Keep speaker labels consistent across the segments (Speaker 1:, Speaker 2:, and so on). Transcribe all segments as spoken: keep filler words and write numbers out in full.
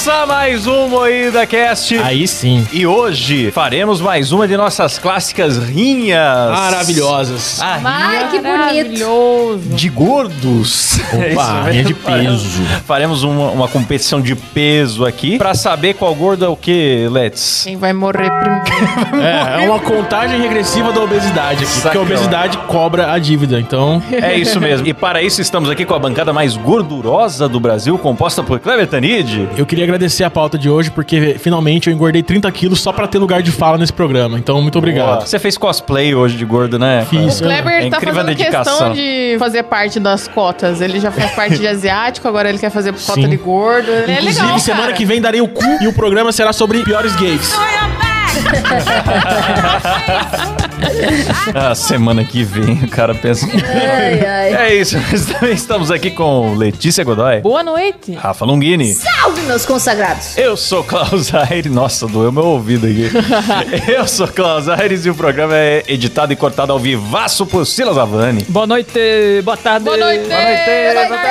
Speaker 1: Começa mais um Moída Cast.
Speaker 2: Aí sim.
Speaker 1: E hoje faremos mais uma de nossas clássicas rinhas.
Speaker 2: Maravilhosas.
Speaker 1: A
Speaker 3: Ai, que bonito.
Speaker 1: de gordos.
Speaker 2: Opa,
Speaker 1: É
Speaker 2: rinha de
Speaker 1: faremos,
Speaker 2: peso.
Speaker 1: faremos uma, uma competição de peso aqui pra saber qual gordo é o que, Let's.
Speaker 3: Quem vai morrer primeiro?
Speaker 2: É, é uma contagem regressiva da obesidade aqui.
Speaker 1: Sacão.
Speaker 2: Porque a obesidade cobra a dívida, então...
Speaker 1: É isso mesmo. E para isso estamos aqui com a bancada mais gordurosa do Brasil, composta por Kleber Tanid.
Speaker 2: Eu queria agradecer a pauta de hoje, porque finalmente eu engordei trinta quilos só pra ter lugar de fala nesse programa. Então, muito obrigado.
Speaker 1: Boa. Você fez cosplay hoje de gordo, né?
Speaker 2: Fiz.
Speaker 3: O Kleber
Speaker 1: É
Speaker 3: tá
Speaker 1: incrível a
Speaker 3: fazendo
Speaker 1: dedicação.
Speaker 3: questão de fazer parte das cotas. Ele já faz parte de asiático, agora ele quer fazer cota
Speaker 2: Sim.
Speaker 3: de gordo. É
Speaker 2: Inclusive,
Speaker 3: legal,
Speaker 2: semana
Speaker 3: cara.
Speaker 2: que vem darei o cu e o programa será sobre piores gays.
Speaker 1: Ah, semana que vem o cara pensa.
Speaker 4: Ai, ai.
Speaker 1: É isso, nós também estamos aqui com Letícia Godoy,
Speaker 3: Boa noite.
Speaker 1: Rafa Longini.
Speaker 4: Salve, meus consagrados!
Speaker 1: Eu sou Klaus Aires. Nossa, doeu meu ouvido aqui. Eu sou Klaus Aires e o programa é editado e cortado ao vivaço por Silas Avani.
Speaker 5: Boa noite, boa tarde.
Speaker 3: Boa noite.
Speaker 1: Boa noite, boa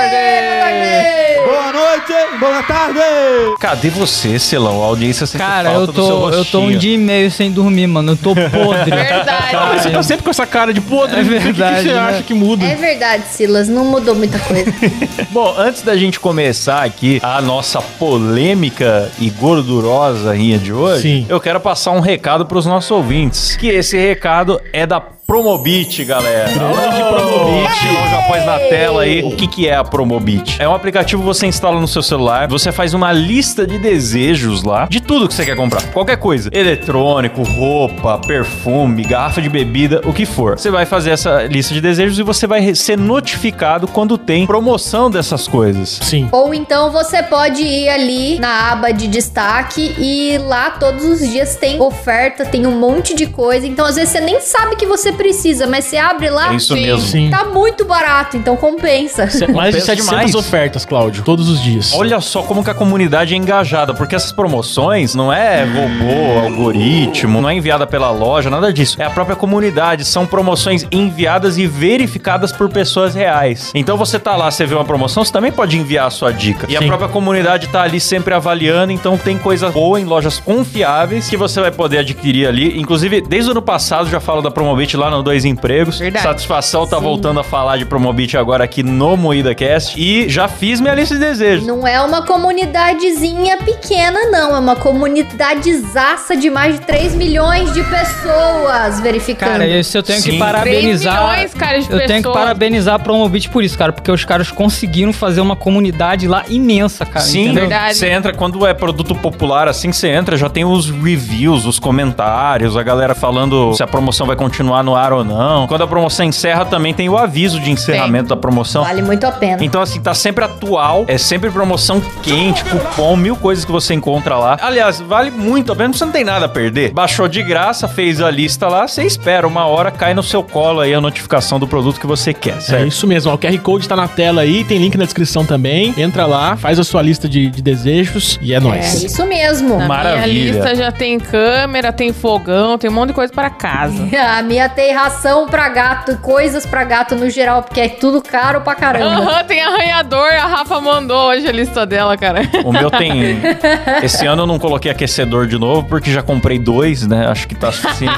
Speaker 1: tarde.
Speaker 6: Boa noite, boa tarde!
Speaker 1: Cadê você, Silão? A audiência sempre
Speaker 5: Cara,
Speaker 1: falta
Speaker 5: eu
Speaker 1: do seu
Speaker 5: tô, eu tô um
Speaker 1: rostinho.
Speaker 5: dia e meio sem dormir, mano. Eu tô podre.
Speaker 3: Verdade.
Speaker 2: Você tá sempre com essa cara de podre.
Speaker 5: É
Speaker 2: O que que
Speaker 5: verdade,
Speaker 2: você
Speaker 5: né?
Speaker 2: acha que muda?
Speaker 4: É verdade, Silas, não mudou muita coisa.
Speaker 1: Bom, antes da gente começar aqui a nossa polêmica e gordurosa rinha de hoje,
Speaker 2: Sim.
Speaker 1: eu quero passar um recado pros nossos ouvintes, que esse recado é da Promobit, galera.
Speaker 2: Grande
Speaker 1: Oh,
Speaker 2: Promobit.
Speaker 1: Silão já pôs na tela aí. O que que é a Promobit? É um aplicativo que você instala no seu celular, você faz uma lista de desejos lá, de tudo que você quer comprar. Qualquer coisa. Eletrônico, roupa, perfume, garrafa de bebida, o que for. Você vai fazer essa lista de desejos e você vai ser notificado quando tem promoção dessas coisas.
Speaker 2: Sim.
Speaker 4: Ou então você pode ir ali na aba de destaque e lá todos os dias tem oferta, tem um monte de coisa. Então às vezes você nem sabe que você precisa, mas você abre lá,
Speaker 1: É isso
Speaker 3: Sim.
Speaker 1: mesmo.
Speaker 2: Sim.
Speaker 4: tá muito barato, então compensa.
Speaker 2: Mais de
Speaker 1: Compensa
Speaker 2: setecentas
Speaker 1: demais.
Speaker 2: ofertas, Cláudio, todos os dias.
Speaker 1: Olha só como que a comunidade é engajada, porque essas promoções não é robô, algoritmo, não é enviada pela loja, nada disso. É a própria comunidade, são promoções enviadas e verificadas por pessoas reais. Então você tá lá, você vê uma promoção, você também pode enviar a sua dica. E a
Speaker 2: Sim.
Speaker 1: própria comunidade tá ali sempre avaliando, então tem coisa boa em lojas confiáveis que você vai poder adquirir ali. Inclusive, desde o ano passado já falo da Promobit lá no Dois Empregos.
Speaker 3: Verdade.
Speaker 1: Satisfação tá
Speaker 4: Sim.
Speaker 1: voltando a falar de Promobit agora aqui no Moída Cast. E já fiz minha lista de desejos.
Speaker 4: Não é uma comunidadezinha pequena, não. É uma comunidadezaça de mais de três milhões de pessoas verificando.
Speaker 5: Cara, isso eu tenho
Speaker 1: Sim.
Speaker 5: que parabenizar.
Speaker 3: três milhões, cara, de
Speaker 5: eu tenho que
Speaker 3: pessoas.
Speaker 5: parabenizar a Promobit por isso, cara, porque os caras conseguiram fazer uma comunidade lá imensa, cara.
Speaker 1: Sim,
Speaker 5: entendeu?
Speaker 3: Verdade.
Speaker 1: você entra, quando é produto popular, assim que você entra, já tem os reviews, os comentários, a galera falando se a promoção vai continuar no ar ou não. Quando a promoção encerra, também tem o aviso de encerramento da promoção.
Speaker 4: Vale muito a pena.
Speaker 1: Então, assim, tá sempre atual, é sempre promoção quente, cupom, mil coisas que você encontra lá. Aliás, vale muito a pena, você não tem nada a perder. Baixou de graça, fez a lista lá, você espera uma hora, cai no seu colo aí a notificação do produto que você quer,
Speaker 2: É
Speaker 1: certo?
Speaker 2: isso mesmo, ó, o Q R Code tá na tela aí, tem link na descrição também. Entra lá, faz a sua lista de, de desejos e é
Speaker 4: É
Speaker 2: nóis.
Speaker 4: isso mesmo.
Speaker 3: Na
Speaker 1: Maravilha.
Speaker 3: minha lista já tem câmera, tem fogão, tem um monte de coisa para casa.
Speaker 4: A minha tem ração pra gato e coisas pra gato no geral, porque é tudo caro pra caramba.
Speaker 3: Aham, tem arranhador. A Rafa mandou hoje a lista dela, cara.
Speaker 1: O meu tem... Esse ano eu não coloquei aquecedor de novo, porque já comprei dois, né? Acho que tá suficiente.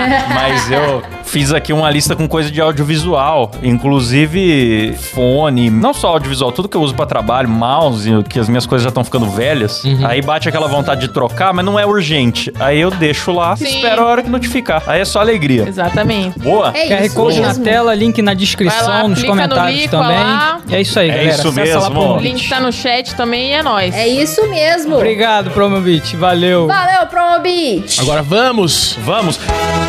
Speaker 1: Mas eu fiz aqui uma lista com coisa de audiovisual. Inclusive fone, não só audiovisual, tudo que eu uso pra trabalho, mouse, que as minhas coisas já estão ficando velhas. Aí bate aquela vontade de trocar, mas não é urgente. Aí eu deixo lá e
Speaker 3: Sim.
Speaker 1: espero a hora que notificar. Aí é só alegria.
Speaker 3: Exatamente.
Speaker 1: Boa?
Speaker 4: É
Speaker 5: Q R
Speaker 4: isso
Speaker 5: Code na
Speaker 4: mesmo.
Speaker 5: tela, link na
Speaker 3: Vai
Speaker 5: descrição,
Speaker 3: lá,
Speaker 5: nos
Speaker 3: clica no
Speaker 5: comentários
Speaker 3: Liqua
Speaker 5: também.
Speaker 3: lá.
Speaker 5: É isso aí,
Speaker 1: É
Speaker 5: galera.
Speaker 1: isso
Speaker 5: Acessa lá
Speaker 1: mesmo.
Speaker 3: O
Speaker 5: Promobit.
Speaker 3: link tá no chat também e é nóis.
Speaker 4: É isso mesmo.
Speaker 5: Obrigado, Promobit. Valeu.
Speaker 4: Valeu, Promobit.
Speaker 2: Agora vamos!
Speaker 1: Vamos!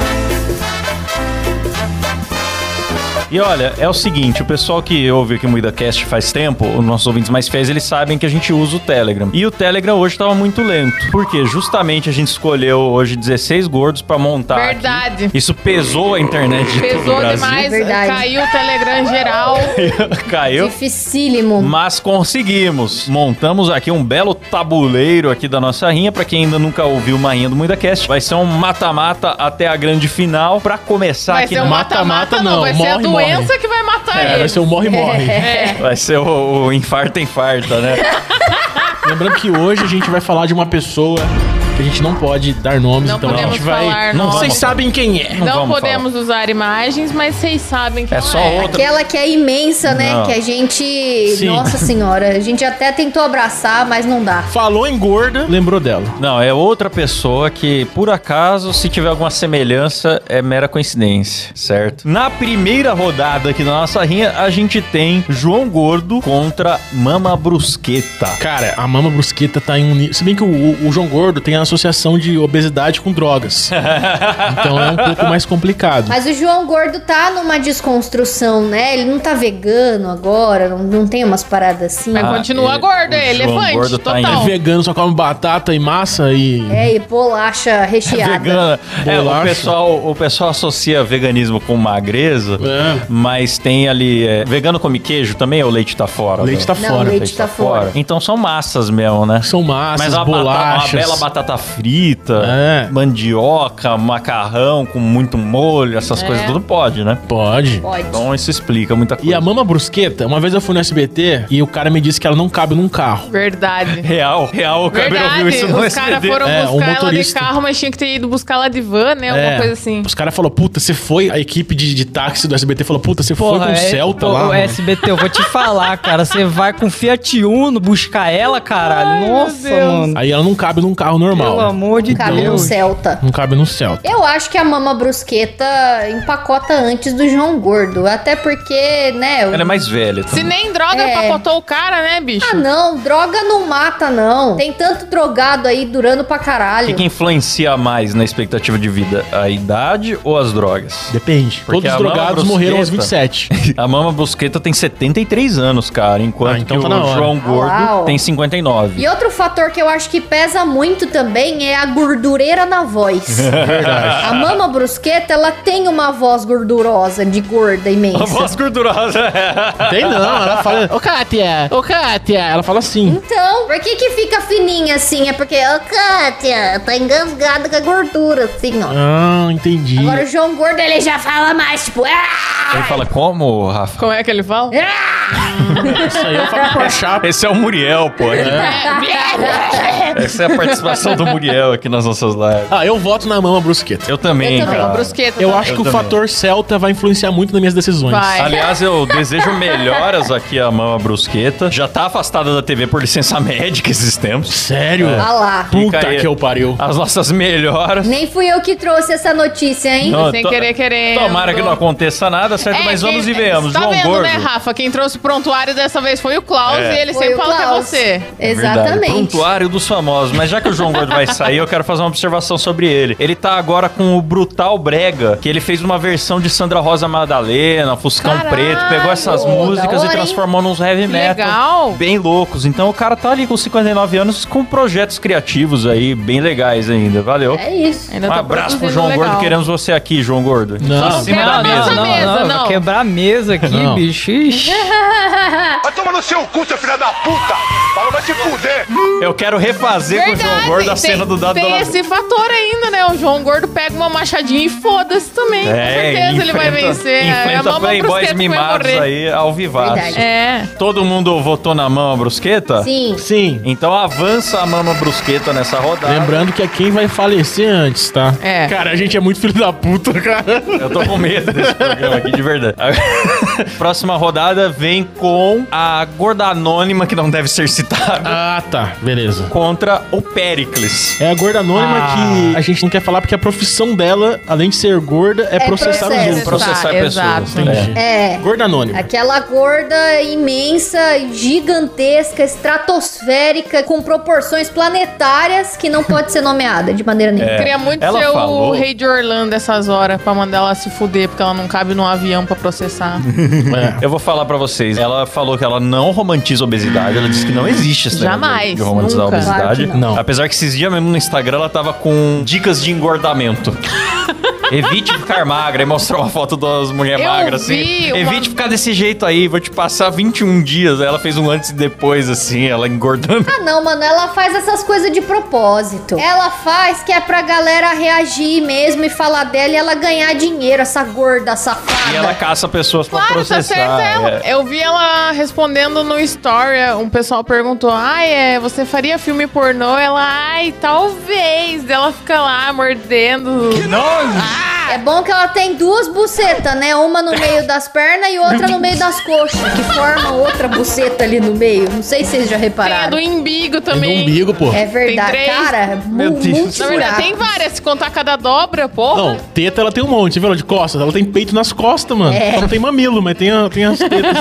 Speaker 1: E olha, é o seguinte, o pessoal que ouve aqui o MuidaCast faz tempo, os nossos ouvintes mais fiéis, eles sabem que a gente usa o Telegram. E o Telegram hoje tava muito lento. Por quê? Justamente a gente escolheu hoje dezesseis gordos pra montar aqui.
Speaker 3: Verdade.
Speaker 1: Isso pesou a internet de todo o
Speaker 3: Pesou
Speaker 1: Brasil.
Speaker 3: demais,
Speaker 4: Verdade.
Speaker 3: caiu o Telegram geral.
Speaker 1: Caiu.
Speaker 4: Dificílimo.
Speaker 1: Mas conseguimos. Montamos aqui um belo tabuleiro aqui da nossa rinha. Pra quem ainda nunca ouviu uma rinha do MuidaCast, vai ser um mata-mata até a grande final. Pra começar
Speaker 3: Vai
Speaker 1: aqui
Speaker 3: ser um
Speaker 1: no
Speaker 3: mata-mata,
Speaker 2: mata-mata
Speaker 3: não.
Speaker 2: não,
Speaker 3: Vai ser a
Speaker 2: morre, morre.
Speaker 3: doença que vai matar
Speaker 2: É,
Speaker 3: ele.
Speaker 2: vai ser o morre-morre.
Speaker 3: É.
Speaker 1: Vai ser o, o infarta-infarta, né?
Speaker 2: Lembrando que hoje a gente vai falar de uma pessoa que a gente não pode dar nomes,
Speaker 3: Não
Speaker 2: então a
Speaker 3: podemos
Speaker 2: gente vai...
Speaker 3: falar
Speaker 2: Não,
Speaker 3: nomes.
Speaker 2: vocês sabem quem é.
Speaker 1: Não
Speaker 3: Não
Speaker 1: vamos
Speaker 3: podemos usar imagens, mas vocês sabem que
Speaker 1: É
Speaker 3: não
Speaker 1: só
Speaker 3: é.
Speaker 1: outra.
Speaker 4: Aquela que é imensa, né?
Speaker 1: Não.
Speaker 4: Que a gente...
Speaker 2: Sim.
Speaker 4: Nossa senhora, a gente até tentou abraçar, mas não dá.
Speaker 2: Falou em gorda, lembrou dela.
Speaker 1: Não, é outra pessoa que, por acaso, se tiver alguma semelhança, é mera coincidência, certo? Na primeira rodada aqui da nossa rinha, a gente tem João Gordo contra Mama Brusqueta.
Speaker 2: Cara, a Mama Brusqueta tá em um nível... Se bem que o, o João Gordo tem a associação de obesidade com drogas. Então é um pouco mais complicado.
Speaker 4: Mas o João Gordo tá numa desconstrução, né? Ele não tá vegano agora, não, não tem umas paradas assim.
Speaker 3: Mas
Speaker 1: Ah,
Speaker 3: continua
Speaker 1: ele-
Speaker 3: gordo,
Speaker 1: o
Speaker 3: é
Speaker 1: João
Speaker 3: elefante,
Speaker 1: Gordo tá
Speaker 2: É
Speaker 3: total.
Speaker 2: vegano, só come batata e massa e...
Speaker 4: É, e bolacha recheada.
Speaker 1: Vegana. É, o
Speaker 2: Bolacha.
Speaker 1: pessoal, o pessoal associa veganismo com magreza,
Speaker 2: É.
Speaker 1: mas tem ali... é, vegano come queijo também ou o leite tá fora?
Speaker 2: O leite tá
Speaker 4: Não,
Speaker 2: fora.
Speaker 4: leite tá fora.
Speaker 1: Então são massas mesmo, né?
Speaker 2: São massas,
Speaker 1: Mas uma, batata, uma
Speaker 2: bolachas.
Speaker 1: bela batata frita,
Speaker 2: É.
Speaker 1: mandioca, macarrão com muito molho, essas
Speaker 3: É.
Speaker 1: coisas tudo pode, né?
Speaker 2: Pode.
Speaker 4: Pode.
Speaker 1: Então isso explica muita coisa.
Speaker 2: E a Mama Brusqueta, uma vez eu fui no S B T e o cara me disse que ela não cabe num carro.
Speaker 3: Verdade.
Speaker 1: Real, real, o Kleber
Speaker 3: Verdade,
Speaker 1: ouviu isso no
Speaker 3: os
Speaker 1: S B T.
Speaker 3: caras foram
Speaker 2: É, um
Speaker 3: buscar ela de
Speaker 2: motorista.
Speaker 3: carro, mas tinha que ter ido buscar ela de van, né? Alguma
Speaker 2: É.
Speaker 3: coisa assim.
Speaker 2: Os caras falaram, puta, você foi... A equipe de, de táxi do S B T falou, puta, você foi com o
Speaker 5: é-
Speaker 2: Celta
Speaker 5: pô,
Speaker 2: lá.
Speaker 5: O
Speaker 2: mano.
Speaker 5: S B T, eu vou te falar, cara. Você vai com Fiat Uno buscar ela, caralho.
Speaker 3: Ai, meu
Speaker 5: Nossa,
Speaker 3: Deus.
Speaker 5: mano.
Speaker 2: Aí ela não cabe num carro normal.
Speaker 5: Pelo amor de
Speaker 4: Cabe no
Speaker 5: Deus.
Speaker 4: Celta.
Speaker 2: Não cabe no Celta.
Speaker 4: Eu acho que a Mama Brusqueta empacota antes do João Gordo. Até porque, né? o-
Speaker 1: Ela é mais velha.
Speaker 3: Se nem droga
Speaker 4: É.
Speaker 3: pacotou o cara, né, bicho?
Speaker 4: Ah, não. Droga não mata, não. Tem tanto drogado aí durando pra
Speaker 1: O
Speaker 4: caralho.
Speaker 1: que, que influencia mais na expectativa de vida? A idade ou as drogas?
Speaker 2: Depende.
Speaker 1: Porque
Speaker 2: Todos os
Speaker 1: a Mama
Speaker 2: drogados morreram aos vinte e
Speaker 1: Brusqueta-
Speaker 2: sete.
Speaker 1: A Mama Brusqueta tem setenta e três anos, cara, enquanto
Speaker 2: Ah, então
Speaker 1: que
Speaker 2: tá
Speaker 1: o
Speaker 2: na hora.
Speaker 1: João Gordo
Speaker 4: Uau.
Speaker 1: tem cinquenta e nove.
Speaker 4: E outro fator que eu acho que pesa muito também é a gordureira na voz.
Speaker 2: Verdade.
Speaker 4: A Mama Brusqueta, ela tem uma voz gordurosa, de gorda imensa.
Speaker 1: A voz gordurosa.
Speaker 2: Tem não, ela fala, ô Kátia, ô Kátia. Ela fala assim.
Speaker 4: Então, por que que fica fininha assim? É porque, ô Kátia, tá engasgada com a gordura, assim, ó.
Speaker 2: Ah, entendi.
Speaker 4: Agora o João Gordo, ele já fala mais, tipo... "Ah!"
Speaker 1: Ele fala, como, Rafa?
Speaker 3: Como é que ele fala?
Speaker 2: Isso aí é o Fábio Porchat.
Speaker 1: Esse é o Muriel, pô. Essa é a participação do Muriel aqui nas nossas lives.
Speaker 2: Ah, eu voto na Mama Brusqueta.
Speaker 1: Eu também,
Speaker 4: Eu também,
Speaker 1: cara.
Speaker 3: Brusqueta.
Speaker 2: Eu
Speaker 3: tá?
Speaker 2: acho
Speaker 1: Eu
Speaker 2: que o
Speaker 1: também.
Speaker 2: fator Celta vai influenciar muito nas minhas decisões.
Speaker 3: Vai.
Speaker 1: Aliás, eu desejo melhoras aqui à Mama Brusqueta. Já tá afastada da T V por licença médica esses tempos.
Speaker 2: Sério?
Speaker 4: Ah lá.
Speaker 2: Puta
Speaker 1: Fica aí.
Speaker 2: que eu pariu.
Speaker 1: As nossas melhoras.
Speaker 4: Nem fui eu que trouxe essa notícia, hein?
Speaker 1: Não,
Speaker 3: Sem
Speaker 1: to-
Speaker 3: querer, querendo.
Speaker 1: Tomara que não aconteça nada, certo?
Speaker 3: É,
Speaker 1: Mas
Speaker 3: quem-
Speaker 1: vamos e venhamos.
Speaker 3: Tá
Speaker 1: João
Speaker 3: vendo,
Speaker 1: Gordo.
Speaker 3: né, Rafa? Quem trouxe o prontuário dessa vez foi o Klaus
Speaker 1: É.
Speaker 3: e ele
Speaker 4: Foi
Speaker 3: sempre
Speaker 4: o
Speaker 3: fala que é
Speaker 4: Klaus.
Speaker 3: você.
Speaker 1: É verdade.
Speaker 4: Exatamente.
Speaker 1: Prontuário dos famosos. Mas já que o João Gordo vai sair, eu quero fazer uma observação sobre ele. Ele tá agora com o Brutal Brega, que ele fez uma versão de Sandra Rosa Madalena, Fuscão
Speaker 3: Caralho,
Speaker 1: Preto, pegou essas
Speaker 4: da
Speaker 1: músicas
Speaker 4: hora,
Speaker 1: e
Speaker 4: hein?
Speaker 1: transformou nos heavy
Speaker 3: Que
Speaker 1: metal.
Speaker 3: legal.
Speaker 1: Bem loucos. Então o cara tá ali com cinquenta e nove anos com projetos criativos aí, bem legais ainda. Valeu.
Speaker 4: É isso.
Speaker 3: Ainda
Speaker 1: Um
Speaker 3: tá
Speaker 1: abraço pro
Speaker 3: produzindo
Speaker 1: João
Speaker 3: legal.
Speaker 1: Gordo. Queremos você aqui, João Gordo.
Speaker 2: Não.
Speaker 1: Em cima
Speaker 3: Quebra
Speaker 1: da
Speaker 3: a mesa,
Speaker 1: mesa.
Speaker 3: mesa,
Speaker 5: não,
Speaker 3: não.
Speaker 5: Vai quebrar a mesa aqui,
Speaker 2: Não.
Speaker 5: bicho. Ixi.
Speaker 6: Vai tomar no seu cu, seu filho da puta! Fala, vai te fuder!
Speaker 1: Eu quero refazer com o João Gordo a cena do dado
Speaker 3: tem
Speaker 1: do
Speaker 3: esse fator ainda, né? O João Gordo pega uma machadinha e foda-se também. com certeza ele vai vencer. É a
Speaker 1: Enfrenta
Speaker 3: Mama
Speaker 1: playboys
Speaker 3: Brusqueta que vai
Speaker 1: mimados
Speaker 3: morrer.
Speaker 1: aí ao vivaço.
Speaker 4: Verdade.
Speaker 3: É.
Speaker 1: Todo mundo votou na Mama Brusqueta?
Speaker 4: Sim.
Speaker 2: Sim.
Speaker 1: Então avança a Mama Brusqueta nessa rodada.
Speaker 2: Lembrando que é quem vai falecer antes, tá?
Speaker 3: É.
Speaker 2: Cara, a gente é muito filho da puta, cara.
Speaker 1: Eu tô com medo desse programa aqui, de verdade. Próxima rodada vem com a gorda anônima, que não deve ser citada,
Speaker 2: Ah, tá. Beleza.
Speaker 1: contra o Péricles.
Speaker 2: É a gorda anônima
Speaker 5: Ah.
Speaker 2: que a gente não quer falar porque a profissão dela, além de ser gorda, é,
Speaker 4: É
Speaker 2: processar os
Speaker 4: processo.
Speaker 2: outros.
Speaker 1: Processar
Speaker 3: Exato.
Speaker 1: pessoas.
Speaker 2: Entendi.
Speaker 1: É.
Speaker 4: É.
Speaker 2: Gorda anônima.
Speaker 4: Aquela gorda imensa, gigantesca, estratosférica, com proporções planetárias que não pode ser nomeada de maneira nenhuma.
Speaker 1: É.
Speaker 3: Queria muito
Speaker 1: Ela
Speaker 3: ser
Speaker 1: falou-
Speaker 3: o rei de Orlando essas horas pra mandar ela se fuder, porque ela não cabe num avião pra processar.
Speaker 2: É.
Speaker 1: Eu vou falar pra vocês. Ela falou que ela não romantiza a obesidade. Ela disse que não existe esse negócio
Speaker 3: Jamais,
Speaker 1: de romantizar
Speaker 3: nunca.
Speaker 1: a obesidade.
Speaker 4: Claro que
Speaker 2: não.
Speaker 1: Apesar que esses dias mesmo no Instagram ela tava com dicas de engordamento. Evite ficar magra e mostrar uma foto das mulheres
Speaker 3: Eu
Speaker 1: magras, assim.
Speaker 3: vi uma-
Speaker 1: Evite ficar desse jeito aí, vou te passar vinte e um dias. Aí ela fez um antes e depois, assim, ela engordando.
Speaker 4: Ah, não, mano, ela faz essas coisas de propósito. Ela faz que é pra galera reagir mesmo e falar dela e ela ganhar dinheiro, essa gorda safada.
Speaker 1: E ela caça pessoas pra
Speaker 3: Claro, tá
Speaker 1: processar.
Speaker 3: certo ela.
Speaker 1: é.
Speaker 3: Eu vi ela respondendo no story, um pessoal perguntou, ai, é, você faria filme pornô? Ela, ai, talvez. Ela fica lá mordendo. Que nojo!
Speaker 4: É bom que ela tem duas bucetas, né? Uma no meio das pernas e outra no meio das coxas, que forma outra buceta ali no meio. Não sei se vocês já
Speaker 3: Tem a
Speaker 4: repararam.
Speaker 3: do umbigo
Speaker 2: Tem
Speaker 3: também.
Speaker 2: no umbigo, pô.
Speaker 4: É verdade.
Speaker 3: Tem três?
Speaker 4: Cara,
Speaker 1: Meu
Speaker 4: mu-
Speaker 1: Deus.
Speaker 4: muitos
Speaker 3: Na verdade,
Speaker 4: buracos.
Speaker 3: tem várias. Se contar cada dobra, porra.
Speaker 2: Não, teta ela tem um monte, você viu ela de costas? Ela tem peito nas costas, mano.
Speaker 4: É.
Speaker 2: Ela não tem mamilo, mas tem, a- tem as tetas.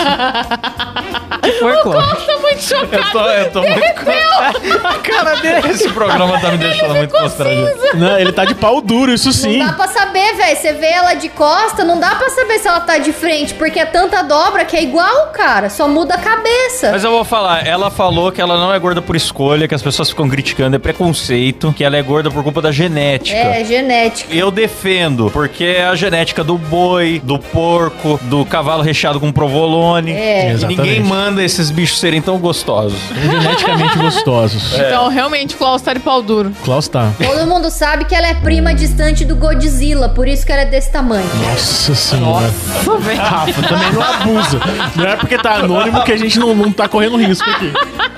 Speaker 5: Que foi, Cláudio?
Speaker 3: Eu tô muito chocada.
Speaker 1: Eu tô, eu tô muito... A cara dele. Esse programa tá me deixando muito constrangido.
Speaker 2: Não, ele tá de pau duro, isso sim.
Speaker 4: Não dá pra saber, velho. Você vê ela de costa, não dá pra saber se ela tá de frente, porque é tanta dobra que é igual, cara. Só muda a cabeça.
Speaker 1: Mas eu vou falar, ela falou que ela não é gorda por escolha, que as pessoas ficam criticando, é preconceito, que ela é gorda por culpa da genética.
Speaker 4: É, genética.
Speaker 1: Eu defendo, porque é a genética do boi, do porco, do cavalo recheado com provolone.
Speaker 4: É.
Speaker 1: E
Speaker 2: Exatamente.
Speaker 1: ninguém manda esses bichos serem tão gostosos.
Speaker 2: Geneticamente gostosos.
Speaker 3: Então, realmente, o Klaus tá de pau duro.
Speaker 2: Klaus tá.
Speaker 4: Todo mundo sabe que ela é prima distante do Godzilla, por isso que ela é desse tamanho.
Speaker 2: Nossa senhora.
Speaker 3: Nossa, velho.
Speaker 2: Rafa, também não abusa. Não é porque tá anônimo que a gente não, não tá correndo risco aqui.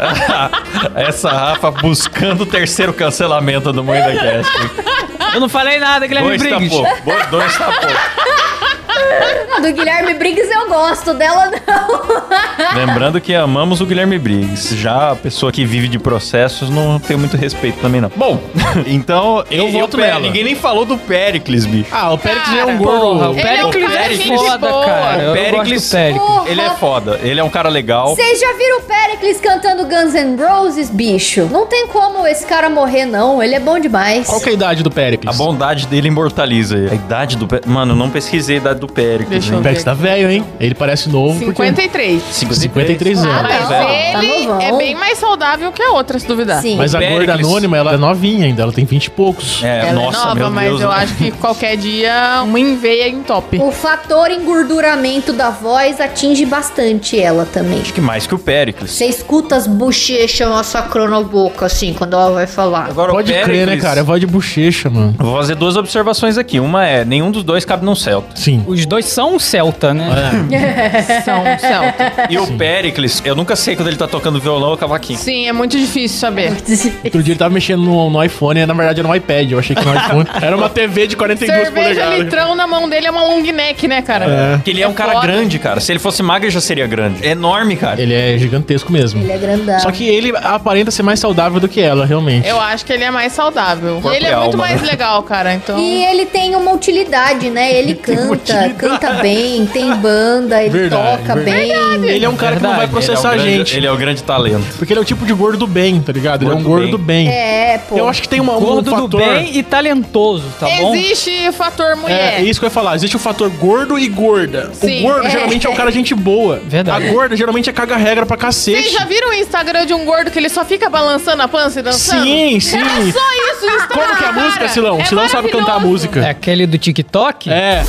Speaker 1: Essa Rafa buscando o terceiro cancelamento do Moeda Cast.
Speaker 5: Eu não falei nada, Guilherme
Speaker 1: Dois tá
Speaker 5: Briggs.
Speaker 1: pouco. Bo- Dois tá pouco.
Speaker 4: A do Guilherme Briggs eu gosto, dela não.
Speaker 1: Lembrando que amamos o Guilherme Briggs. Já a pessoa que vive de processos não tem muito respeito também, não. Bom, então
Speaker 2: Eu
Speaker 1: e-
Speaker 2: voto
Speaker 1: o Pe-
Speaker 2: nela.
Speaker 1: Ninguém nem falou do Péricles, bicho.
Speaker 2: Ah, o Péricles é um
Speaker 3: Cara,
Speaker 2: gordo.
Speaker 5: Porra, o
Speaker 3: Ele é um
Speaker 5: Péricles
Speaker 3: cara
Speaker 5: é
Speaker 3: gente
Speaker 5: foda,
Speaker 3: boa.
Speaker 5: cara. Eu
Speaker 1: Péricles-
Speaker 5: gosto do Péricles.
Speaker 4: Porra.
Speaker 1: Ele é foda. Ele é um cara legal.
Speaker 4: Vocês já viram o Pericles cantando Guns N' Roses, bicho? Não tem como esse cara morrer, não. Ele é bom demais.
Speaker 2: Qual que é a idade do
Speaker 1: A
Speaker 2: Péricles?
Speaker 1: bondade dele imortaliza ele. A idade do Péricles... Mano, eu não pesquisei a idade do Péricles.
Speaker 3: Deixa eu
Speaker 1: hein?
Speaker 2: O Péricles tá velho, hein? Ele parece novo
Speaker 3: cinquenta e três.
Speaker 2: porque... cinquenta e três anos.
Speaker 4: Ah,
Speaker 3: Mas
Speaker 4: não.
Speaker 3: ele
Speaker 4: Tá novão.
Speaker 3: é bem mais saudável que a outra, se duvidar.
Speaker 4: Sim.
Speaker 2: Mas a
Speaker 1: Péricles-
Speaker 2: gorda anônima, ela é novinha ainda. Ela tem vinte e poucos.
Speaker 1: É,
Speaker 3: Ela
Speaker 1: nossa,
Speaker 3: é nova,
Speaker 1: meu
Speaker 3: mas
Speaker 1: Deus.
Speaker 3: eu acho que qualquer dia uma enveia em top.
Speaker 4: O fator engorduramento da voz atinge bastante ela também.
Speaker 1: Acho que mais que o Péricles.
Speaker 4: Você escuta as bochechas massacrando a boca, assim, quando ela vai falar.
Speaker 1: Agora,
Speaker 2: Pode
Speaker 1: o
Speaker 2: crer,
Speaker 1: Péricles...
Speaker 2: né, cara? É voz de bochecha, mano.
Speaker 1: Eu vou fazer duas observações aqui. Uma é, nenhum dos dois cabe num Celta.
Speaker 2: Sim.
Speaker 5: Os dois são um Celta, né?
Speaker 2: É.
Speaker 3: São, são.
Speaker 1: E o Péricles, eu nunca sei quando ele tá tocando violão ou cavaquinho.
Speaker 3: Sim, é muito difícil saber.
Speaker 2: Outro dia ele tava mexendo no, no iPhone e na verdade era um iPad. Eu achei que no iPhone era uma T V de quarenta e duas
Speaker 3: Cerveja
Speaker 2: polegadas.
Speaker 3: litrão na mão dele é uma long neck, né, cara?
Speaker 2: É.
Speaker 1: Porque ele é um cara
Speaker 3: foda.
Speaker 1: grande, cara. Se ele fosse magro, ele já seria grande. É enorme, cara.
Speaker 2: Ele é gigantesco mesmo.
Speaker 4: Ele é grandão.
Speaker 2: Só que ele aparenta ser mais saudável do que ela, realmente.
Speaker 3: Eu acho que ele é mais saudável.
Speaker 1: Corpo
Speaker 3: E ele
Speaker 1: e
Speaker 3: é muito
Speaker 1: alma,
Speaker 3: mais
Speaker 1: né?
Speaker 3: legal, cara. Então.
Speaker 4: E ele tem uma utilidade, né? Ele canta, canta bem, tem banda, ele
Speaker 2: Verdade,
Speaker 4: toca
Speaker 2: verdade.
Speaker 4: bem.
Speaker 2: Ele é um cara que não vai
Speaker 5: Verdade.
Speaker 2: processar a
Speaker 1: ele é um grande,
Speaker 2: gente.
Speaker 1: Ele é o grande talento.
Speaker 2: Porque ele é o tipo de gordo do bem, tá ligado? Ele é um
Speaker 1: Gordo
Speaker 2: gordo
Speaker 1: bem.
Speaker 2: do bem.
Speaker 4: É, pô.
Speaker 2: Eu acho que tem uma, um
Speaker 5: Gordo
Speaker 2: fator...
Speaker 5: do bem e talentoso, tá bom?
Speaker 3: Existe o fator
Speaker 2: É,
Speaker 3: mulher.
Speaker 2: é isso que eu ia falar. Existe o fator gordo e gorda.
Speaker 3: Sim.
Speaker 2: O gordo
Speaker 4: É.
Speaker 2: geralmente é um cara gente boa.
Speaker 5: Verdade.
Speaker 2: A gorda geralmente é caga-regra pra cacete.
Speaker 3: Vocês já viram o Instagram de um gordo que ele só fica balançando a pança e dançando?
Speaker 2: Sim, sim.
Speaker 3: É só isso o Instagram.
Speaker 2: Como que é a música,
Speaker 3: cara.
Speaker 2: Silão?
Speaker 3: É
Speaker 2: Silão sabe cantar a
Speaker 3: maravilhoso.
Speaker 2: música.
Speaker 5: É aquele do TikTok?
Speaker 2: É.